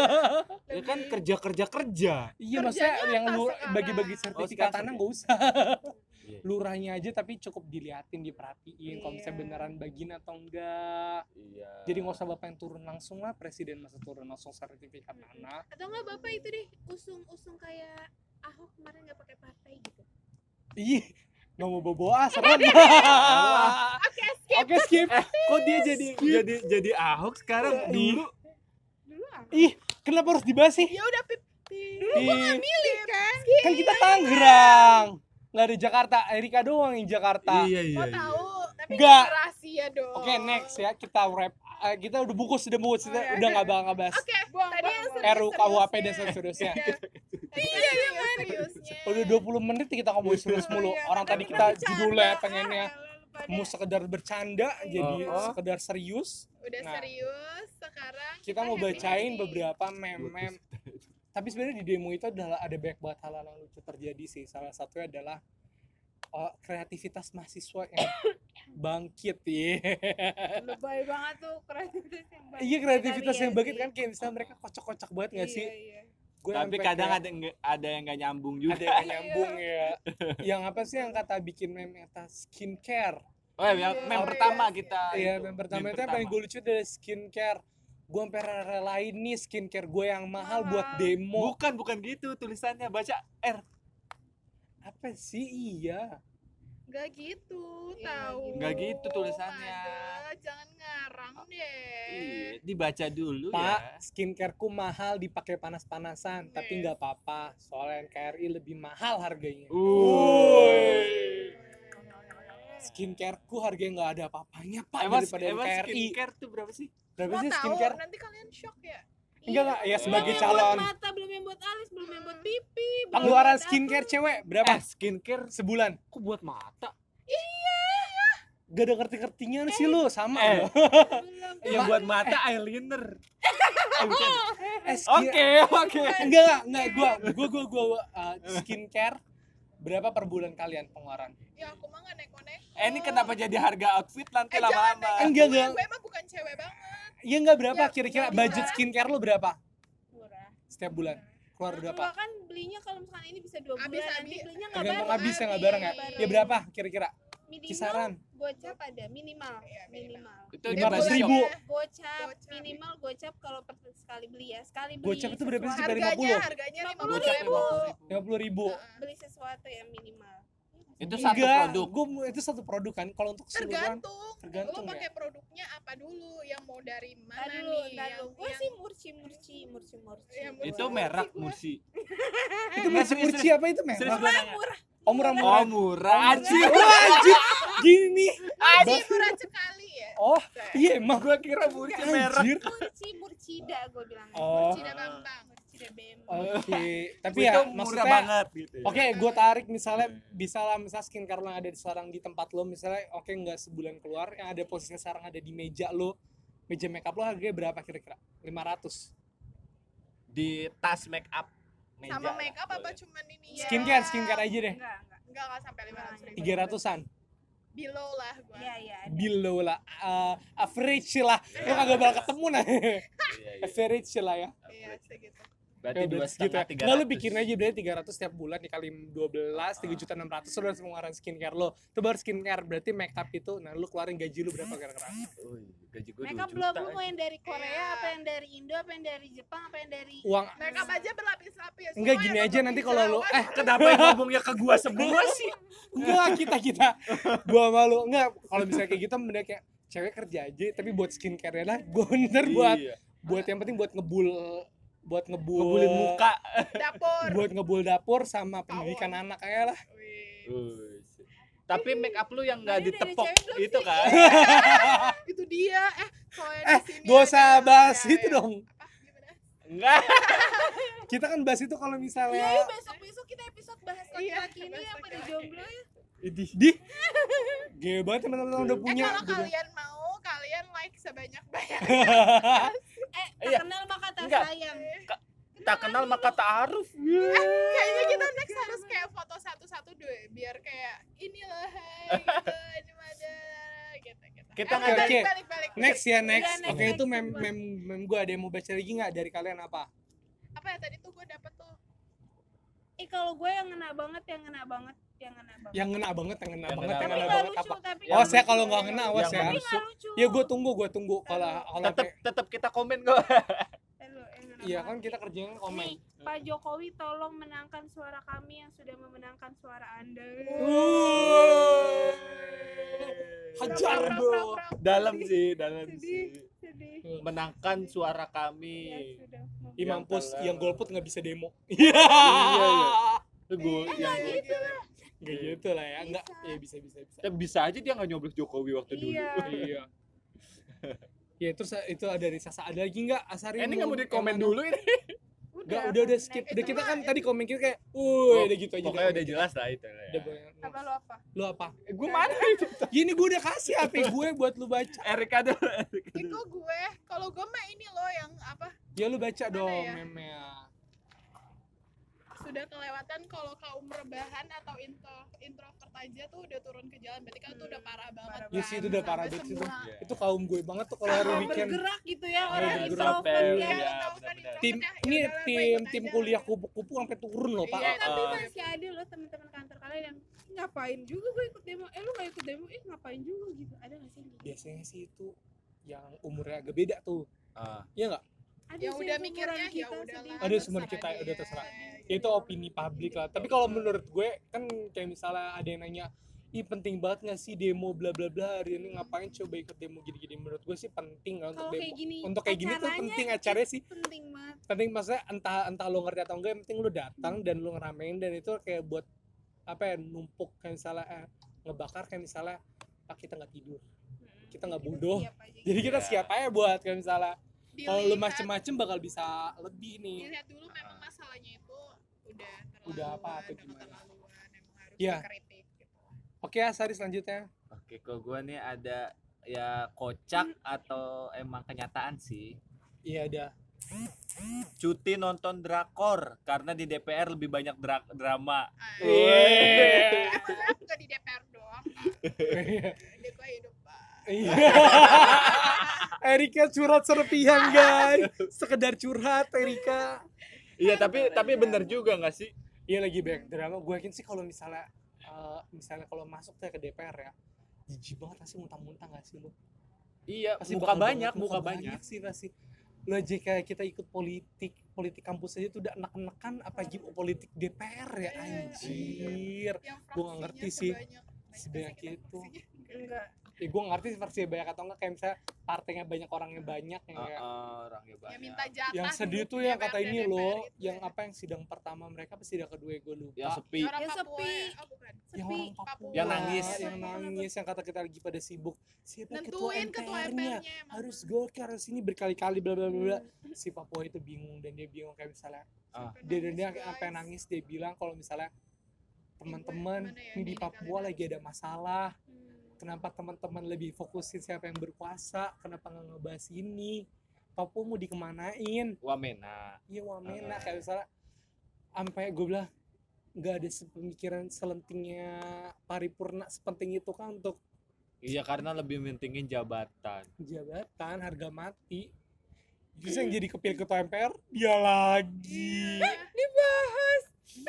ya kan kerja kerja kerja. Iya Kerjanya maksudnya yang apa lu sekarang? bagi-bagi Oh, sertifikat sekarang tanah kerja. nggak usah, Iya. lurahnya aja tapi cukup diliatin diperhatiin kalau misalnya Iya. beneran bagiin atau enggak. Iya. Jadi nggak usah Bapak yang turun langsung lah, presiden masa turun langsung sertifikat tanah. Atau enggak Bapak itu deh usung-usung kayak Ahok kemarin nggak pakai partai gitu. Ih, nggak mau bobo ah, serem. Oke skip. Oke skip. Kok dia jadi jadi jadi Ahok sekarang? Ih. Dulu Dulu Ahok. Ih, kenapa harus dibahas sih? Ya udah pip. pip. Ih, Milih kan? kan kita Tangerang, nggak ada Jakarta. Erika doang yang Jakarta. Iya iya. Mau iya. tahu? Tapi Nggak. nggak rahasia dong. Oke next ya, kita wrap. Eh, kita udah bungkus, udah bungkus, Oh, kita ya, udah oke. nggak bakal ngebahas Oke, tadi yang R U U K U H P dan serius-seriusnya. seterusnya. Iya, iya kan? Seriusnya. Udah dua puluh menit kita ngomongin serius mulu. Oh, iya. Orang tadi Tapi kita bercanda. judulnya pengennya Ah, lupa deh. mau sekedar bercanda, jadi Oh. sekedar serius. Udah Nah, serius, sekarang Kita mau happy bacain happy. beberapa meme-meme. Tapi sebenarnya di demo itu adalah ada banyak banget hal-hal yang lucu terjadi sih. Salah satunya adalah uh, kreativitas mahasiswa yang bangkit ya. Lebay banget tuh kreativitas yang banyak. Iya kreativitas Sekali yang ya bangkit sih. kan kayak misalnya mereka kocak-kocak banget nggak sih? Iya, iya. Gue Tapi sampai kadang kayak ada yang nggak- ada yang nggak nyambung juga. ada yang nyambung ya. Yang apa sih yang kata bikin meme kata skincare? Oh, yang Iya, meme iya, pertama iya. kita. Iya itu, meme pertama meme itu yang paling gue lucu adalah skincare. Gue sampai relain nih skincare gue yang mahal Mahal. buat demo. Bukan bukan gitu tulisannya, baca R. Apa sih iya? Nggak gitu, Iya, tahu. nggak gitu tulisannya. Ada, jangan ngarang deh. Iya, dibaca dulu Pak, ya. skincareku mahal dipakai panas-panasan, tapi Yes. nggak apa-apa. Soalnya N K R I lebih mahal harganya. Wuih. Skincareku harganya nggak ada apa-apanya Pak Emang, daripada emang N K R I. skincare tuh berapa sih? Berapa Mau sih tahu? skincare? Nanti kalian shock ya. Enggak enggak, ya Belum sebagai yang calon. buat mata, belum yang buat alis, belum yang buat pipi. belum Pengeluaran buat skincare apa. cewek berapa? Eh, skincare Sebulan. kok buat mata? Gak ada ngerti-ngertinya sih lu, sama Eh. lu. Belum. Yang buat mata eyeliner. Eh, bukan. Eh, skin- Oke, oke. Enggak, enggak, gua gua gua gua uh, skincare berapa per bulan kalian pengeluaran? Ya aku mah nggak neko-neko. Eh, ini kenapa jadi harga outfit nanti Eh, jangan lama-lama? neko. Enggak, Gue- enggak. Gue emang bukan cewek banget. Iya enggak berapa Ya, kira-kira nggak budget bisa. skincare lu berapa Murah. setiap bulan? Keluar Nah, berapa? lu kan belinya kalau misalkan ini bisa dua bulan, Habis, nanti habis. belinya nggak Tergantung bareng. habis ya nggak bareng ya? Bareng. Ya berapa kira-kira? Minimal Kisaran gocap ada minimal. Iya, minimal. Minimal. Itu lima di belas Bali ribu. Shop. Gocap, Gocap. minimal gocap kalau per sekali beli ya. Sekali beli. Gocap itu berapa sih? sesuatu- Dari lima Harganya, puluh? harganya lima lima puluh puluh Gocap ribu. lima puluh ribu. lima puluh ribu. Nah, Beli sesuatu yang minimal. Iya nggak Itu satu Enggak, produk. gua itu satu produk kan. Kalau untuk keseluruhan Tergantung. Tergantung Lo ya. pakai produknya apa dulu? Yang mau dari mana Ntar dulu, nih? ntar Yang, dulu. Gue yang- sih murci, murci, murci, murci. Yang Gua- Itu Murci merek gua. Mursi. itu masih serius, kurci apa itu Serius merah? gua nanya. Murah. Oh murah Oh, murah. murah. Anjir. Oh, anjir. Gini. Anjir, murah sekali ya. Oh, iya emang Gua kira Mursi merek. anjir. Murci, murcida gue bilang. Oh. Tidak bambang. Murcida bem. Oke, tapi Itu ya murah maksudnya banget gitu. ya. oke, gue tarik misalnya bisa lah misalnya skincare lo yang ada di sekarang di tempat lo misalnya oke nggak sebulan keluar yang ada posisinya sekarang ada di meja lo meja makeup lo harganya berapa kira-kira? lima ratus Di tas make up meja Sama lah, make up apa boleh. cuman ini ya? skincare skincare aja deh Enggak, enggak. Enggak, enggak sampai lima ratus ribu. tiga ratusan Below lah gua. Iya, iya. ada. below lah uh, average lah lo kagak bakal ketemu nah Iya, iya. average lah ya Iya, segitu. Berarti Ya, dua berarti segitu setengah ya. tiga Nggak, lu ratus. bikin aja berarti tiga ratus setiap bulan dikali dua belas tiga juta enam ratus lo harus pengeluaran skincare lo itu baru skincare berarti makeup itu nah lu keluarin gaji lu berapa kira-kira Oh, iya, gaji gua Makeup dua belum juta. lu mau yang dari Korea, Iya. apa yang dari Indo, apa yang dari Jepang, apa yang dari uang Make up aja berlapis-lapis. enggak Semua gini yang aja nanti kalau lu eh Kenapa yang ngomongnya ke gua semua sih? enggak kita kita gua malu enggak kalau misalnya kayak gitu mending kayak cewek kerja aja tapi buat skincare lah gua bener buat Iya. buat yang penting buat ngebul buat ngebul Ngebulin muka. dapur. buat ngebul dapur sama pendidikan Tawon. anak kayak lah Wih. Wih, sih. Tapi make up lu yang nggak Mana dari ditepok cewek belum itu kan? Itu dia. Eh, kalau yang eh di sini gak usah ada- bahas ya, itu ya. dong Apa? Gimana? Enggak. kita kan bahas itu kalau misalnya Iya, yuk besok-besok kita episode bahas Iya, laki-laki ini bahas yang pada laki-laki. jomblo ya. di di gede banget teman-teman udah Eh, punya kalau Udah- kalian mau, kalian like sebanyak-banyak. Eh, tak Iya. kenal maka tak Enggak. sayang. Tak kenal maka ta'aruf. Kayaknya kita next harus kayak foto satu-satu deh, biar kayak ini loh, hai, gitu, ini ada, gitu, gitu. Kita Eh, nggak- balik, Oke. balik, balik. next ya next Udah, next, oke next, itu mem coba. mem mem gue ada yang mau baca lagi nggak dari kalian apa Apa ya tadi tuh gue dapet tuh? Eh kalau gue yang ngena banget, yang ngena banget, yang ngena banget. yang ngena banget yang ngena Yang banget ngena yang Tapi ngena nggak banget lucu, apa tapi oh saya kalau nggak ngena awas Yang ya tapi lucu. nggak lucu. ya gue tunggu gue tunggu kalau kalau Tetap kayak- tetap kita komen kok. Eh, lu, yang ngena iya banget. kan kita kerjain komen Nih, Pak Jokowi tolong menangkan suara kami yang sudah memenangkan suara Anda. Wuih. hajar Prap, prap, bro prap, prap. Dalam sih, dalam Sedih. sih. Sedih. Menangkan suara Ya, kami. sudah. Ih mampus Yang yang kalah. golput nggak bisa demo Iya, iya. Itu gue yang gitu lah. nggak gitu lah ya nggak Bisa. ya bisa bisa bisa Ya, bisa aja dia nggak nyoblos Jokowi waktu dulu. Iya. iya ya terus itu ada dari Sasa ada lagi nggak Asari Eh, ini nggak mau di komen yang mana? dulu ini. Nggak, udah udah skip Next. udah Itu kita mah- kan tadi komen kita kayak uh udah gitu aja Pokoknya udah jelas lah itu. lah udah Ya. boleh Apa lu apa? lu apa Eh, gue mana itu? gini gue udah kasih H P gue buat lu baca Erika dulu. Erika Iko dulu. gue, kalau gue mah ini loh yang apa? ya lu baca Mana dong ya? memnya Sudah kelewatan kalau kaum rebahan atau intro introvert aja tuh udah turun ke jalan, berarti kan tuh udah parah banget. Parah ya sih itu udah Sampai parah banget sih itu semua- Iya. itu kaum gue banget tuh kalau hari Kalau weekend bergerak gitu ya Iya, orang bergerak, introvert Pel. ya. Iya, Iya, tahu kan benar-benar. introvert tim ya, ini ya udahlah, gue tim ikut tim aja. kuliah kupu-kupu sampai turun loh pak Iya, Eh, tapi Oh. masih ada loh teman-teman kantor kalian yang ngapain juga gue ikut demo. Eh lu gak ikut demo? Eh ngapain juga gitu. Ada gak sih? yang gitu? biasanya sih itu yang umurnya agak beda tuh Ah. iya nggak Ada Ya sih udah yang mikirnya umuran ya kita udahlah. sedih. Ada seumuran kita, terserah udah dia. terserah. Gitu. ya itu opini publik lah tapi kalau menurut gue kan kayak misalnya ada yang nanya ih penting banget nggak sih demo bla bla bla hari ini ngapain coba ikut demo gini-gini menurut gue sih penting lah untuk Kalau demo kayak gini untuk kayak gini tuh acaranya penting acaranya sih penting banget. penting maksudnya entah entah lo ngerti atau enggak yang penting lo datang dan lo ngeramein dan itu kayak buat apa ya numpuk kayak misalnya eh, ngebakar kayak misalnya ah, kita nggak tidur Mm-mm. kita nggak bodoh siap aja gitu. jadi kita Iya. siap aja buat kayak misalnya kalau lo Dilihat- macem-macem bakal bisa lebih nih dilihat dulu memang masalahnya itu udah terlalu Udah apa atau gimana? keterlaluan, emang harus Iya. dikritik gitu. oke ya Sari selanjutnya Oke, kalau gue nih ada ya kocak atau emang kenyataan sih. iya ada Cuti nonton drakor karena di D P R lebih banyak dra- drama. Ah, Iya. emang nggak di D P R doang, di kehidupan. Iya. Erika curhat serpihan guys sekedar curhat Erika Iya, tapi tapi bener juga nggak sih? iya lagi banyak drama gue yakin sih kalau misalnya eh, misalnya kalau masuk tuh ke D P R ya jijik banget pasti muntah-muntah gak sih lu Iya, pasti muka bakal banyak, banget, muka banyak. sih pasti Lu aja kayak kita ikut politik politik kampus aja tuh udah enak-enakan apalagi politik D P R ya anjir. Yang Gua nggak ngerti sih. fraksinya Sebanyak sebanyak itu. Enggak. Ya gue ngerti sih versi banyak atau enggak kayak misalnya partainya banyak orangnya banyak yang kayak Heeh, orangnya banyak. yang minta jatah yang sedih duduk tuh di yang D P R kata dan ini D P R loh gitu yang ya. apa yang sidang pertama mereka apa sidang kedua gue lupa Yang sepi. Orang Yang Papua, sepi. oh bukan. yang Sepi. orang Papua Yang nangis. yang nangis yang kata kita lagi pada sibuk siapa ketua Nentuin ketua M P R-nya M P R-nya emang. harus Golkar harus ini berkali-kali bla bla bla bla. Si Papua itu bingung dan dia bingung kayak misalnya Ah. dia dan dia Nangis, sampai guys. nangis dia bilang kalau misalnya teman-teman gimana ya, ini di gini Papua kalian lagi ada masalah. Hmm. Kenapa teman-teman lebih fokusin siapa yang berkuasa? Kenapa nggak ngebahas ini? Papua mau dikemanain? Wamena. Iya wamena Ah. kayak misalnya sampai gue bilang nggak ada sepemikiran selentingnya paripurna sepenting itu kan untuk Iya karena lebih mentingin jabatan. jabatan harga mati. Terus yang jadi kepilih ketua M P R dia lagi Dibahas.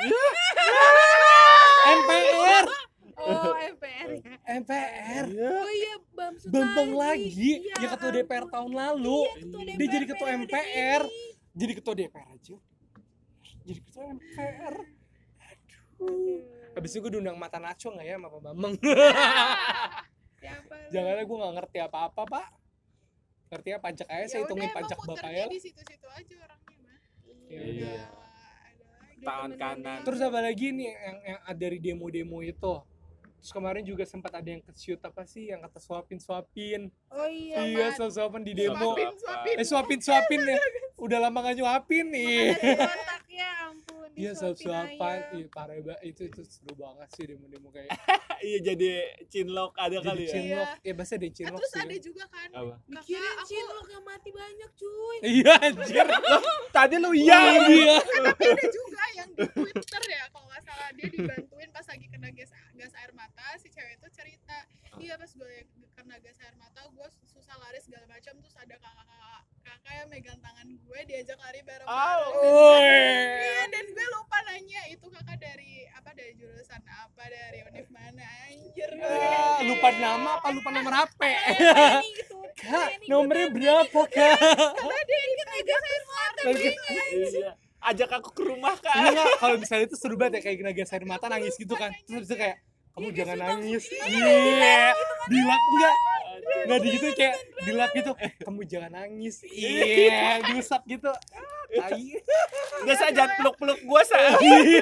M P R Oh, M P R ya. M P R Oh iya, Bamsud Bambang lagi Iya, yang ketua D P R ampun. tahun lalu Iya, ketua dia D P R jadi ketua M P R ini. jadi ketua D P R aja jadi ketua M P R aduh habis itu gue diundang mata naco nggak ya sama Pak Bambang Siapa? lu? jangan gue nggak ngerti apa-apa pak ngerti ya pajak aja saya Ya hitungin udah, pajak emang bapak muternya ya di situ-situ aja orangnya mah. Iya. Udah, ada lagi. Tangan kanan. terus apa lagi nih yang, yang ada dari demo-demo itu terus kemarin juga sempat ada yang ke-shoot apa sih yang kata suapin suapin Oh iya. iya suap suapin di demo Suapin, suapin. eh suapin suapin ya udah lama gak nyuapin nih Makasih kontaknya ampun. iya suap disuapin suapan ayam. iya parah banget itu itu seru banget sih demo-demo kayak Iya jadi cinlok ada jadi kali ya. cinlok ya bahasa ada Ah, cinlok terus sih ada kan. juga kan. Apa? Mikirin Kakak, aku cinlok yang mati banyak cuy. Iya anjir. Tadi lu iya. Iya. tapi ada juga yang di Twitter ya kalau nggak salah dia dibantuin pas lagi kena gas gas air mata si cewek itu cerita dia pas gue kena gas air mata gue susah lari segala macam terus ada kakak kakak yang megang tangan gue diajak lari bareng bareng iya dan gue lupa nanya itu kakak dari apa dari jurusan apa dari univ mana anjir Ah, lupa nama apa lupa nomor H P? Ini gitu. Kak, nomornya berapa, Kak? karena dia kena gas air mata Lagi- Iya. Ajak aku ke rumah kak. Enggak, kalau misalnya itu seru banget ya kayak kena gas air mata nangis gitu kan. Terus habis itu kayak kamu jangan nangis. Iya. Dilap enggak? Enggak gitu kayak dilap gitu. Eh, kamu jangan nangis. Iya, diusap gitu. Tai. Udah saya jangan peluk-peluk gua sa.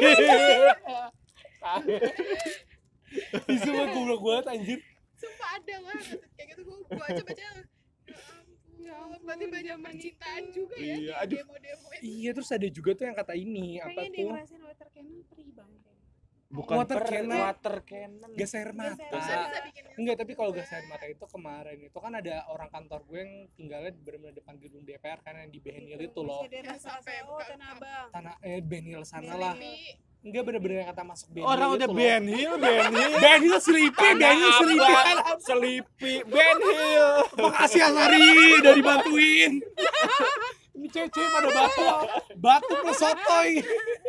Itu mah goblok banget anjir. sumpah ada lah kayak gitu gue gue aja baca ya ampun berarti banyak percintaan juga ya Iya, di aduh. demo-demo itu Iya, terus ada juga tuh yang kata ini apa Kayaknya dia tuh? ngerasain water cannon perih banget. Bukan Water per- cannon. water cannon. Gas air Gas mata. air bisa mata. bisa bikin Enggak, tapi kalau juga. gas air mata itu kemarin itu kan ada orang kantor gue yang tinggalnya di benar-benar depan gedung D P R kan yang di Benhil itu loh. Masih ada rasa Sampai oh buka- Tanah Abang. Tanah eh Benhil sana Benhil. lah. Tapi Enggak bener-bener yang kata masuk Benhil. Orang itu udah loh. Ben Hill, Ben Hill. Ben Hill Sleepy, Ben Hill Sleepy. Abang, Sleepy, Ben Hill. Makasih Asari udah dibantuin. Ini cewek-cewek pada batu, batu plus sotoy.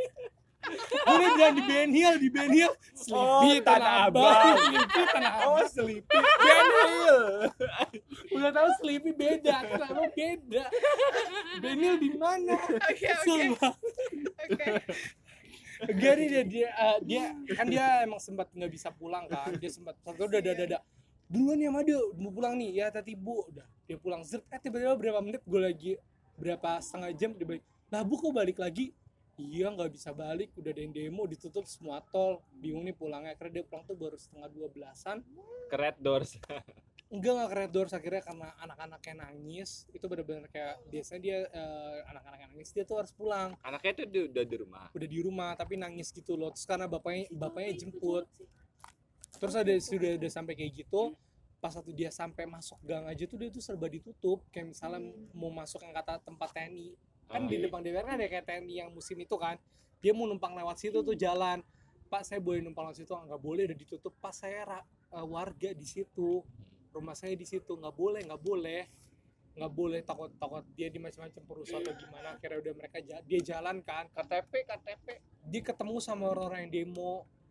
Boleh jangan di Ben Hill, di Ben Hill. Sleepy, Oh, Tanah Abang. Sleepy, Tanah Abang. Oh, Sleepy, Ben Hill. Udah tahu Sleepy beda, kenapa beda? Ben Hill di mana? oke oke Sumpah. oke Enggak nih dia dia, eh, dia kan dia emang sempat nggak bisa pulang kan. Dia sempat satu udah udah udah duluan ya Made mau pulang nih ya tati bu udah dia pulang zert eh tiba-tiba berapa menit gue lagi berapa setengah jam dia balik lah bu kok balik lagi iya nggak bisa balik udah ada yang demo ditutup semua tol bingung nih pulangnya karena dia pulang tuh baru setengah dua belasan Ke Red Doors. enggak nggak ke Red Doors akhirnya karena anak-anaknya nangis itu benar-benar kayak biasanya dia eh, anak-anaknya nangis dia tuh harus pulang Anaknya tuh di- udah di rumah. udah di rumah tapi nangis gitu loh terus karena bapaknya bapaknya jemput terus ada sudah udah sampai kayak gitu pas waktu dia sampai masuk gang aja tuh dia tuh serba ditutup kayak misalnya mau masuk yang kata tempat T N I kan Oh, di iya. depan D P R kan ada kayak T N I yang musim itu kan dia mau numpang lewat situ tuh jalan Pak saya boleh numpang lewat situ nggak boleh udah ditutup pas saya ra- eh, warga di situ rumah saya di situ nggak boleh nggak boleh nggak boleh takut takut dia di macam-macam perusahaan atau gimana akhirnya udah mereka ja- dia jalan kan K T P, K T P. dia ketemu sama orang-orang yang demo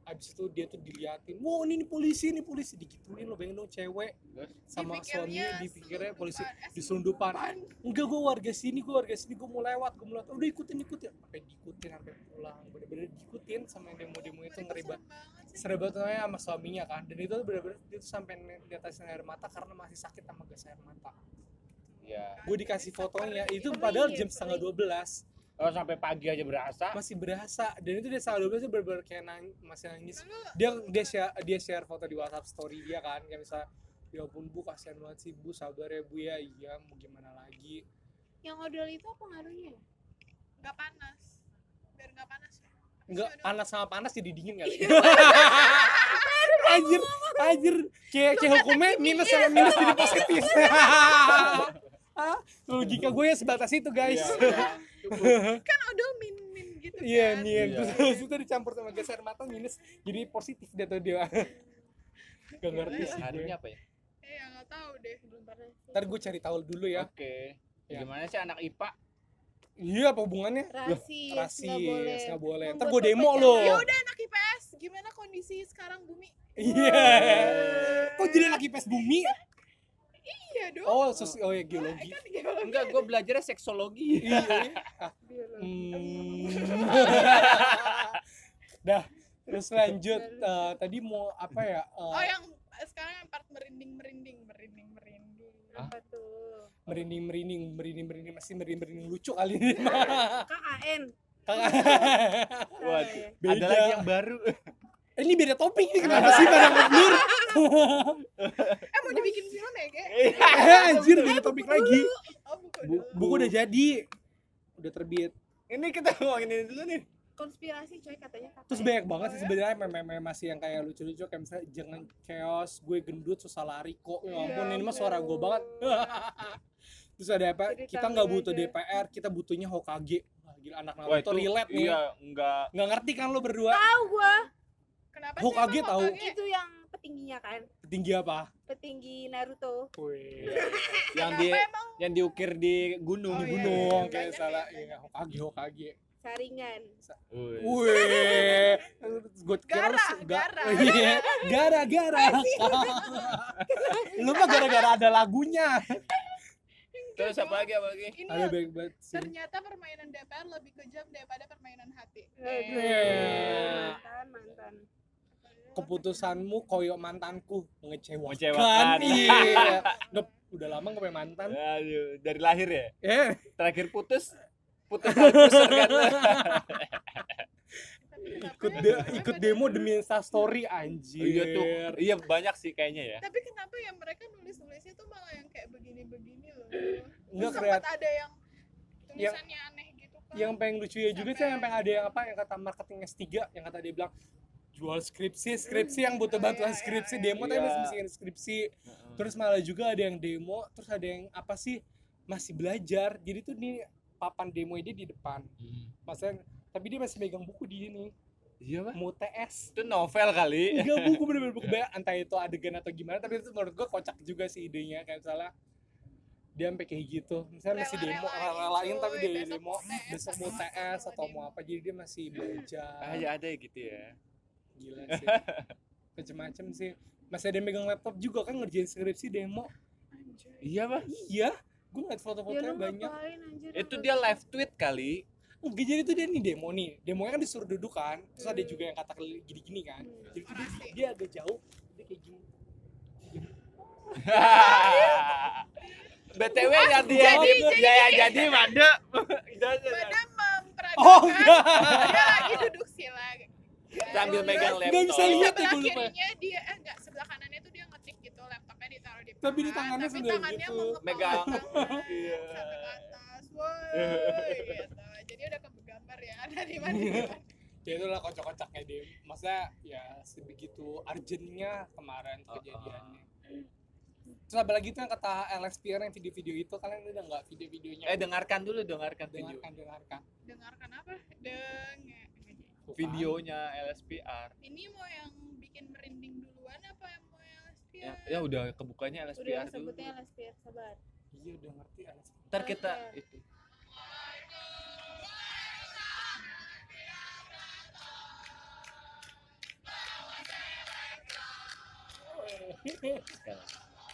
Abis itu dia tuh diliatin, wow ini, ini polisi, ini polisi, digituin lo, bayangin dong cewek Terus? sama Dipikirnya suaminya dipikirnya polisi, selundupan, eh, diselundupan. Enggak, gue warga sini, gue warga sini, gue mau lewat, gue mau lewat, udah ikutin ikutin, sampai diikutin sampai pulang, bener-bener diikutin sama yang demo-demo itu, ngeri banget. Seru banget namanya sama suaminya kan, dan itu tuh bener-bener dia tuh sampai netesin air mata karena masih sakit sama gas air mata. Ya. Gue dikasih fotonya, itu Sering padahal ya, jam setengah sering. dua belas Oh sampai pagi aja berasa. masih berasa, dan itu dia setengah dua belas tuh bener-bener kayak nang, masih nangis. Lalu Dia dia share dia share foto di WhatsApp story dia kan, kayak misalnya, ya ampun bu, kasihan banget sih bu, sabar ya bu ya, iya mau gimana lagi. Yang odol itu apa ngaruhnya? nggak panas, biar nggak panas ya. Enggak, panas sama panas jadi dingin kali. Anjir, anjir, kayak kayak hukumnya minus sama minus jadi positif. Ah, logika gue ya sebatas itu guys. Kan odol min min gitu Iya, kan. nih Iya. terus itu dicampur sama gas air mata minus jadi positif dia tuh dia. Gak ngerti sih gue. Harinya apa ya? Eh ya nggak tahu deh. Belum pernah sih. Ntar gue cari tahu dulu ya. Oke. Ya. Gimana sih anak I P A? Iya, apa hubungannya? Rasis, Rasis, nggak boleh. nggak boleh. Ntar Membuat gue demo perpecahan. loh. Ya udah anak I P S, gimana kondisi sekarang bumi? Iya. Kok jadi lagi pes bumi? Iya dong. Oh, sosi oh ya geologi. Kan geologi. Enggak, gue belajarnya seksologi. Iya. Ah, Biologi. hmm. Dah, terus lanjut. Eh, tadi mau apa ya? Eh, Oh yang sekarang yang part merinding merinding merinding merinding. Apa tuh? merinding merinding merinding merinding masih merinding merinding lucu kali ini. K A N. Waduh. Beda. Ada lagi yang baru. Eh, ini beda topik nih, kenapa sih pada ngeblur? Eh mau dibikin film ya kayak? Eh, anjir, beda topik lagi. Oh buku Bu- dulu. buku udah jadi, udah terbit. Ini kita ngomongin ini dulu nih. Konspirasi coy katanya. K A N. Terus banyak banget sih sebenarnya meme-meme masih yang kayak lucu-lucu, kayak misalnya jangan chaos, gue gendut susah lari kok. Ya ampun, ini mah suara gue banget. Terus ada apa? Cerita Kita nggak aja. butuh D P R, kita butuhnya Hokage. Wah, gila, anak Wah, Naruto itu relate nih. Iya, enggak. Nggak ngerti kan lo berdua? Tahu gua. Kenapa Hokage sih emang tahu. Hokage? Itu yang petingginya kan. Tinggi apa? Petinggi Naruto. Wih, Yang Kenapa di emang? yang diukir di gunung. Oh, di iya, gunung iya, kayak banyak salah. ya, Iya, Hokage, Hokage. Saringan. Wih. Wih, gue kira lu Gara, sih- ga- gara. Iya, gara-gara. Lu mah gara-gara ada lagunya. Terus apa lagi apa lagi? Ini Ada baik banget sih. ternyata permainan D P R lebih kejam daripada permainan hati. Aduh. Iya. Mantan, mantan. Keputusanmu koyo mantanku mengecewakan. Mengecewakan. Iya. Nggak- udah lama nggak punya mantan. Aduh, dari lahir ya. Eh, Terakhir putus putus pusar kan. Tapi kenapa ikut ya? de- Kenapa ikut ya? demo demi Insta story anjir. Iya tuh. Iya banyak sih kayaknya ya. Tapi kenapa ya mereka nulis-nulisnya tuh malah yang kayak begini-begini loh. Enggak Terus kreat- sempat ada yang tulisannya aneh gitu kan. Yang pengen lucu ya juga sih, yang pengen ada yang apa yang kata marketing S tiga yang kata dia bilang jual skripsi, skripsi yang butuh Oh, bantuan iya, iya, skripsi, iya. demo tapi Iya. masih bikin skripsi. Terus malah juga ada yang demo, terus ada yang apa sih masih belajar. Jadi tuh nih papan demo dia di depan. Hmm. Maksudnya tapi dia masih megang buku di sini. Iya, Pak. Mau T S. Itu novel kali. Enggak, buku bener-bener buku banyak, entah itu adegan atau gimana, tapi itu menurut gua kocak juga sih idenya, kayak misalnya dia sampai kayak gitu, misalnya masih demo, Rela-relain, rela-relain tapi cuy, dia besok demo, mau T S besok atau mau T apa, S mau atau demo. mau apa, jadi dia masih belajar. Ah, ya ada ya gitu ya. Gila sih, macem-macem sih. Masih ada yang megang laptop juga kan ngerjain skripsi demo. Anjay. Iya, Pak. Iya, gue ngeliat Ya foto-fotonya lu banyak. ngapain anjir? Itu dia live tweet kali. Enggak, jadi tuh dia nih demo nih, demonya kan disuruh duduk kan, terus ada juga yang kata gini-gini kan, Hmm. jadi tuh dia, Pasti. dia agak jauh, dia kayak gini. B T W yang dia Jadi, di ya ya jadi Manda. Pada memperagakan Oh, enggak. dia lagi duduk sila. Sambil megang Nggak bisa laptop. lihat ya, Sebelah gue lupa. kirinya dia eh enggak sebelah kanannya tuh dia ngetik gitu, laptopnya ditaruh di Tapi di paha, tangannya tapi sambil tangannya gitu. mengepal Megang. tangan Iya. sampai ke atas. Woi, gitu. Jadi udah kegambar ya ada di mana. Ya itulah kocak-kocaknya dia, maksudnya ya sebegitu urgentnya kemarin Oh, kejadiannya. Terus apa lagi tuh yang kata L S P R yang video-video itu, kalian udah nggak video-videonya? Eh dengarkan dulu, dengarkan video. dengarkan, dengarkan. Dengarkan apa? Dengar. Videonya L S P R. Ini mau yang bikin merinding duluan apa yang mau yang L S P R? Ya, ya udah kebukanya L S P Udah R dulu. sebutnya L S P R, sabar. Iya udah ngerti L S P R. Ntar kita itu. Sekarang.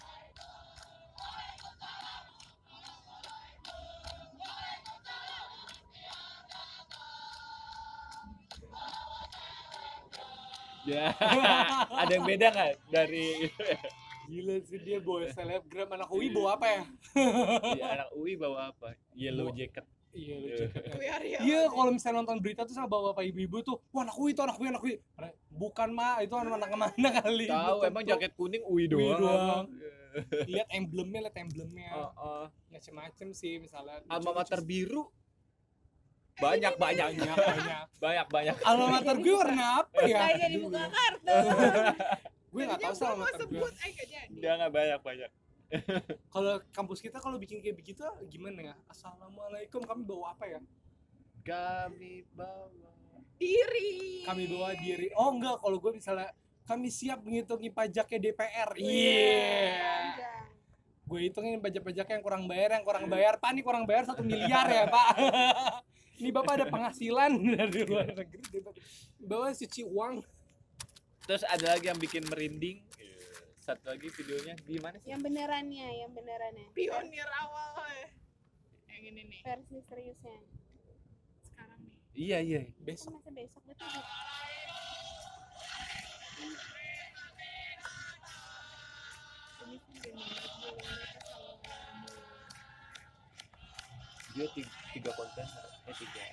Ya, ada yang beda nggak dari Gila sih dia bawa selebgram, anak U I bawa apa ya? ya, anak U I bawa apa? Yellow jacket. Iya lu Iya. jaket. We are here. Iya kalau misalnya nonton berita tuh sama bapak ibu-ibu tuh, wah anak U I itu anak U I anak U I. Bukan mah itu anak kemana kali? Tahu Belum emang tentu. jaket kuning U I U I doang. doang. Lihat emblemnya, lihat emblemnya. Heeh. Macem-macem sih misalnya. Alma mater biru. Banyak banyak banyak banyak. banyak banyak. Alma mater gue warna apa ya? Kayak jadi buka kartu. Gue nggak tahu Tadinya sama gua mau mater gue. sebut, eh gak jadi. Dia nggak banyak banyak. Kalau kampus kita kalau bikin kayak begitu gimana ya? Assalamualaikum kami bawa apa ya? Kami bawa. Diri. Kami bawa diri. Oh enggak, kalau gue misalnya kami siap menghitungi pajaknya D P R. Iya. Panjang. Gue hitungin pajak-pajak yang kurang bayar, yang kurang bayar. Pak, ini kurang bayar satu miliar ya, Pak. Ini Bapak ada penghasilan dari luar negeri. Bawa cuci uang. Terus ada lagi yang bikin merinding. Satu lagi videonya di mana sih? Yang benerannya, yang benerannya. Pionir awal. eh. Yang ini nih. Versi seriusnya. Sekarang nih. Iya iya. Kan Besok. masa besok betul. Bu? Ini sih bener-bener bulan mereka selalu Dia tiga, tiga konten, eh tiga.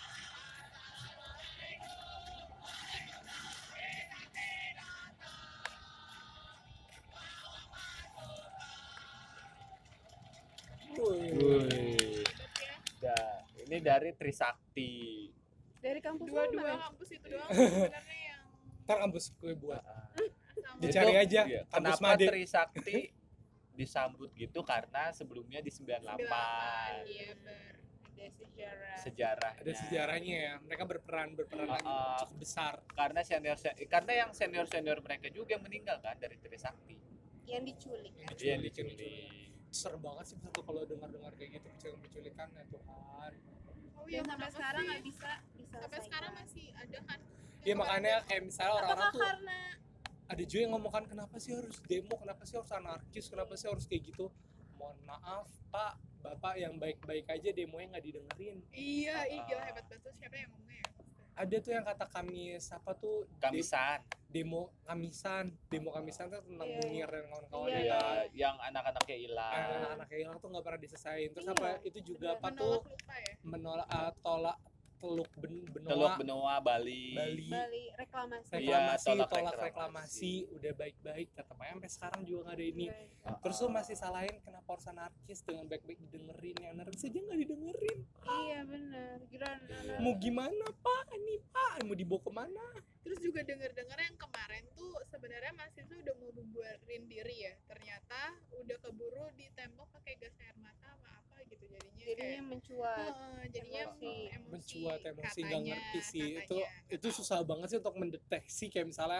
Wih. Wih. Hebat ya. Dah, ini dari Trisakti. dari kampus Dua-dua mana? kampus itu doang sebenarnya yang Ntar kampus gue buat. sama. Dicari Itu, aja, iya, kampus kenapa Made. Trisakti disambut gitu karena sebelumnya di sembilan puluh delapan Iya ber. Ada sejarah. sejarahnya. Ada sejarahnya ya. Mereka berperan berperan Uh, uh. cukup besar. Karena senior karena yang senior senior mereka juga yang meninggal kan dari Trisakti. Yang diculik. Dia yang diculik. Serem banget sih satu kalau dengar-dengar kayak gitu penculikan ya Tuhan. Oh iya Yang sampai kenapa sekarang sih? nggak bisa diselesaikan. Sampai sekarang masih ada kan? Iya makanya kayak misalnya orang-orang Apakah tuh karena ada juga yang ngomong kan kenapa sih harus demo, kenapa sih harus anarkis, kenapa sih harus kayak gitu. Mohon maaf Pak, Bapak yang baik-baik aja demonya nggak didengerin. Iya, ih gila Ah. hebat banget tuh siapa yang ngomongnya ya? Ada tuh yang kata Kamis apa tuh de- Kamisan. demo Kamisan, demo Kamisan tuh tentang Iya, Munir dan kawan-kawannya Iya, kan. Iya, yang anak-anaknya hilang. Anak-anak yang hilang tuh nggak pernah diselesain. Terus Iya, apa itu juga apa tuh Menolak lupa ya? menolak uh, tolak teluk ben, Teluk benua Benoa Bali. Bali. Bali reklamasi? Iya, reklamasi, tolak tolak reklamasi. reklamasi, udah baik-baik, tetap aja sampai sekarang juga nggak ada ini. Iya. Terus lu masih salahin kenapa harus anarkis dengan baik-baik didengerin, yang anarkis aja nggak didengerin. Iya benar. Gila anak-anak. Mau gimana Pak? Ini Pak, mau dibawa kemana? Terus juga denger-dengar yang kemarin tuh sebenarnya mahasiswa udah mau bubarin diri ya. Ternyata udah keburu ditembak pakai gas air mata apa apa gitu jadinya. Jadinya kayak, mencuat. "Heeh, jadinya emosi. emosi, Mencuat emosi nggak katanya, ngerti sih. katanya, Itu itu nggak susah banget sih untuk mendeteksi kayak misalnya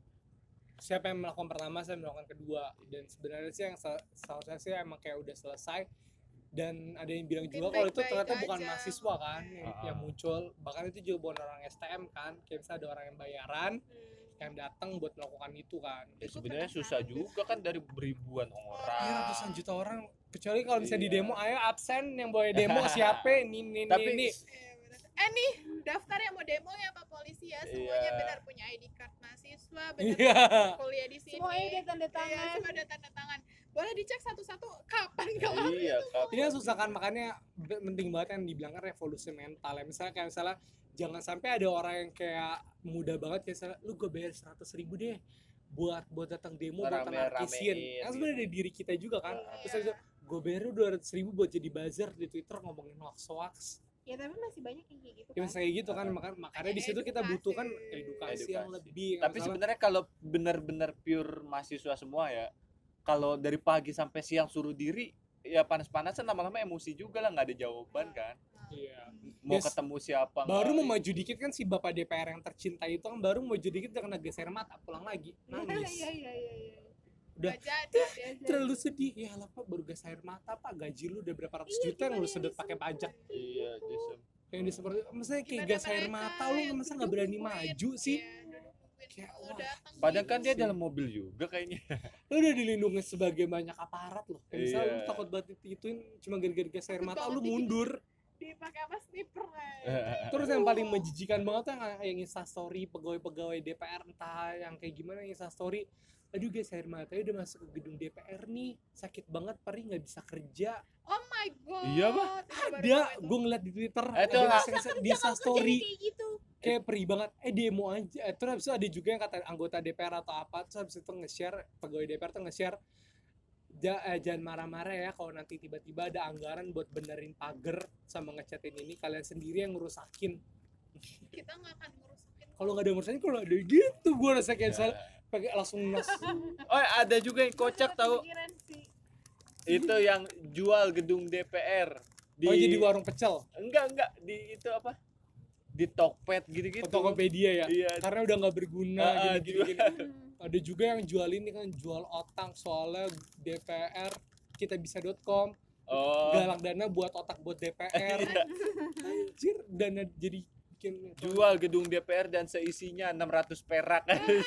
siapa yang melakukan pertama, siapa yang melakukan kedua. Dan sebenarnya sih yang se- seharusnya sih emang kayak udah selesai. Dan ada yang bilang juga Mungkin kalau itu baik-baik ternyata bukan aja. mahasiswa kan yang, Ah. yang muncul, bahkan itu juga bukan orang S T M kan, kayak misalnya ada orang yang bayaran Hmm. yang datang buat melakukan itu kan. Ya, sebenarnya susah juga kan dari ribuan orang. Iya ratusan juta orang, kecuali kalau misalnya di Iya. demo, ayo absen yang boleh demo siapa ini ini Tapi ini. Iya, bener. Eh nih daftar yang mau demo ya Pak Polisi ya semuanya Iya. benar punya I D card mahasiswa benar Iya. kuliah di sini. Semuanya udah tanda Iya, tangan. semua ada tanda tangan. Boleh dicek satu-satu kapan kalau Iya, Kak. Ini yang susah kan, makanya be- penting banget yang dibilang kan revolusi mental ya. Misalnya kayak misalnya jangan sampai ada orang yang kayak muda banget kayak misalnya lu gue bayar seratus ribu deh buat buat datang demo buat Rame-ramein anarkisin. gitu. Kan sebenarnya dari diri kita juga kan. Iya. Terus habis itu, gue bayar dua ratus ribu buat jadi buzzer di Twitter ngomongin hoax-hoax. Ya tapi masih banyak yang kayak gitu Ya kan. misalnya kayak gitu kan, makanya makanya di situ kita Edukasi. butuhkan edukasi, yang Edukasi. lebih. Tapi Misalnya- sebenarnya kalau benar-benar pure mahasiswa semua ya, kalau dari pagi sampai siang suruh diri, ya panas-panasan lama-lama emosi juga lah, nggak ada jawaban kan. iya. Mau Yes. ketemu siapa? Baru nggak- mau maju dikit kan si bapak D P R yang tercinta itu kan baru mau maju dikit udah kena gas air mata, pulang lagi nangis. Iya iya iya iya. Udah nggak jadi dia terlalu sedih ya lah Pak, baru gas air mata Pak, gaji lu udah berapa ratus Iya, juta yang gimana lu yang sedot pakai disentuh? pajak. Iya, disem. Yang di seperti maksudnya kayak Gimana gas air mereka mata lu yang masa nggak duduk berani nungguin? maju sih. Iya, duduk nungguin nungguin Kayak, lo wah, datang. Padahal kan dia sih. dalam mobil juga kayaknya. Lu udah dilindungi sebagai banyak aparat loh. Kayak misalnya Iya. lu takut banget ituin cuma gara-gara gas air Takut mata banget lu nih mundur. dipakai apa sniper lah. Terus yang paling menjijikan banget tuh yang yang instastory pegawai-pegawai D P R entah yang kayak gimana yang instastory. Aduh guys air matanya udah masuk ke gedung D P R nih, sakit banget perih nggak bisa kerja. Oh my god. Iya, Pak. Itu baru Ada, tahu itu. gue ngeliat di Twitter, Eh, itu ada nggak- nge-share di instastory kayak gitu. kayak perih banget. Eh demo aja. Eh, terus habis itu ada juga yang kata anggota D P R atau apa, terus habis itu nge-share pegawai D P R tuh nge-share ja, eh, jangan marah-marah ya kalau nanti tiba-tiba ada anggaran buat benerin pagar sama ngecatin ini kalian sendiri yang ngerusakin. Kita nggak akan ngerusakin. Kalau nggak ada ngurusakin kalau ada gitu gue rasa kayak salah pakai langsung nas. Oh, ada juga yang kocak tahu. Kepikiran sih. Itu yang jual gedung D P R di Oh jadi warung pecel, enggak enggak di itu apa? Di Tokped gitu-gitu. Tokopedia ya. Iya. Karena udah nggak berguna Ah, ah, gini-gini. Hmm. Ada juga yang jual ini kan jual otang soalnya D P R kita bisa dot com Oh, galang dana buat otak buat D P R. Anjir dana jadi bikin jual gedung D P R dan seisinya enam ratus perak.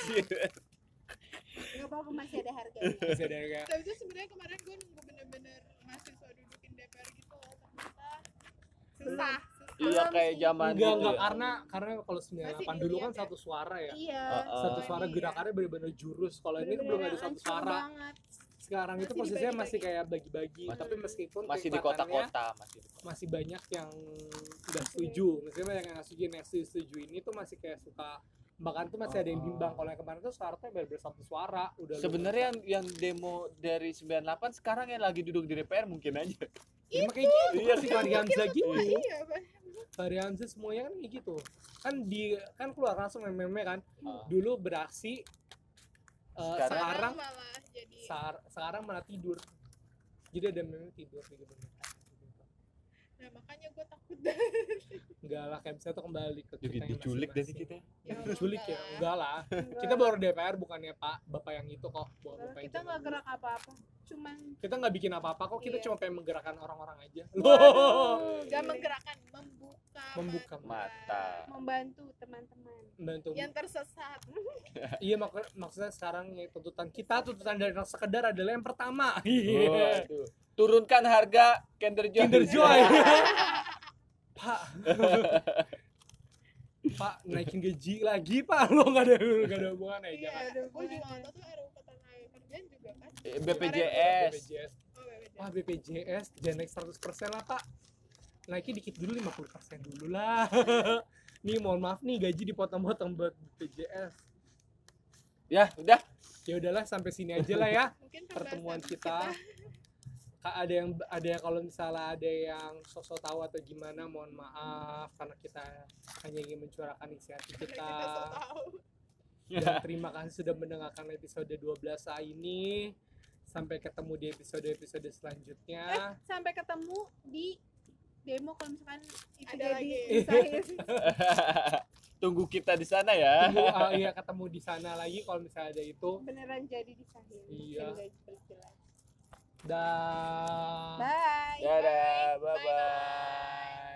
Nggak apa-apa, masih ada harganya. Masih ada kayak Tapi itu sebenarnya kemarin gue nunggu bener-bener mahasiswa dudukin D P R gitu loh. Ternyata susah. Iya kayak zaman enggak dulu enggak ya. karena karena kalau sembilan puluh delapan Masih dulu kan dilihat ya? satu suara ya. Iya. Uh-uh. Satu suara iya. gerakannya bener-bener jurus. Kalau ini kan belum ada satu Ancur suara. banget. Sekarang itu Masih posisinya dibagi-bagi. masih kayak bagi-bagi. Masih- Tapi meskipun masih di kelihatannya kota-kota masih di kota. masih banyak yang nggak setuju. Maksudnya banyak yang nggak setuju. Yang setuju, setuju ini tuh masih kayak suka bahkan tuh masih ada yang bimbang. Kalau yang kemarin tuh suaranya bener-bener satu suara. Udah lu- Sebenarnya yang yang demo dari sembilan puluh delapan sekarang yang lagi duduk di D P R mungkin aja. Ya, kayak gitu Iya. kan si Fahri Hamzah gitu. Iya, Bang. Fahri Hamzah semuanya kan kayak gitu. Kan di kan keluar langsung meme-meme kan. Ah. Dulu beraksi eh, Sekarang- sekarang malah jadi Sar- sekarang malah tidur. Jadi ada meme tidur di gedung D P R. nah makanya gue takut Enggak lah kayak misalnya tuh kembali ke Jadi kita yang diculik dari masing-masing. kita. Ya, Diculik ya? enggak. Enggak lah. Kita baru D P R bukannya Pak Bapak yang itu kok. Bapak Kalau Bapak yang kita zaman nggak dulu. gerak apa-apa, cuman Kita nggak bikin apa-apa kok. Kita Iya. cuma pengen menggerakkan orang-orang aja. Waduh. gak menggerakkan membuka Membuka mata. membantu teman-teman. Bantu. yang tersesat Iya mak- maksudnya sekarang ya, tuntutan kita tuntutan dari yang sekedar adalah yang pertama. Waduh. Turunkan harga Kinder Joy. Kinder Joy. Pak. Pak naikin gaji lagi Pak. Lo nggak ada nggak ada hubungan ya iya jangan. Aduh, gue juga gak tau tuh R U ketenaga kerjaan juga kan Eh, B P J S. B P J S. oh B P J S. Wah B P J S jangan naik seratus persen lah Pak. Naikin dikit dulu lima puluh persen dulu lah. Nih mohon maaf nih gaji dipotong-potong buat B P J S. Ya, udah. Ya udahlah sampai sini aja lah ya mungkin pertemuan pembahasan kita. Kak ada yang ada yang kalau misalnya ada yang sosok tahu atau gimana mohon maaf karena kita hanya ingin mencurahkan isi hati kita kita. so tahu Dan terima kasih sudah mendengarkan episode dua belas A ini. Sampai ketemu di episode-episode selanjutnya. Sampai ketemu di demo kalau misalkan itu Ada jadi lagi. disahin. Tunggu kita di sana ya. Tunggu ah, iya ketemu di sana lagi kalau misalnya ada itu. Beneran jadi disahin. Iya. Dan gak berjelas. Dah. Bye. Dadah, Bye, bye bye.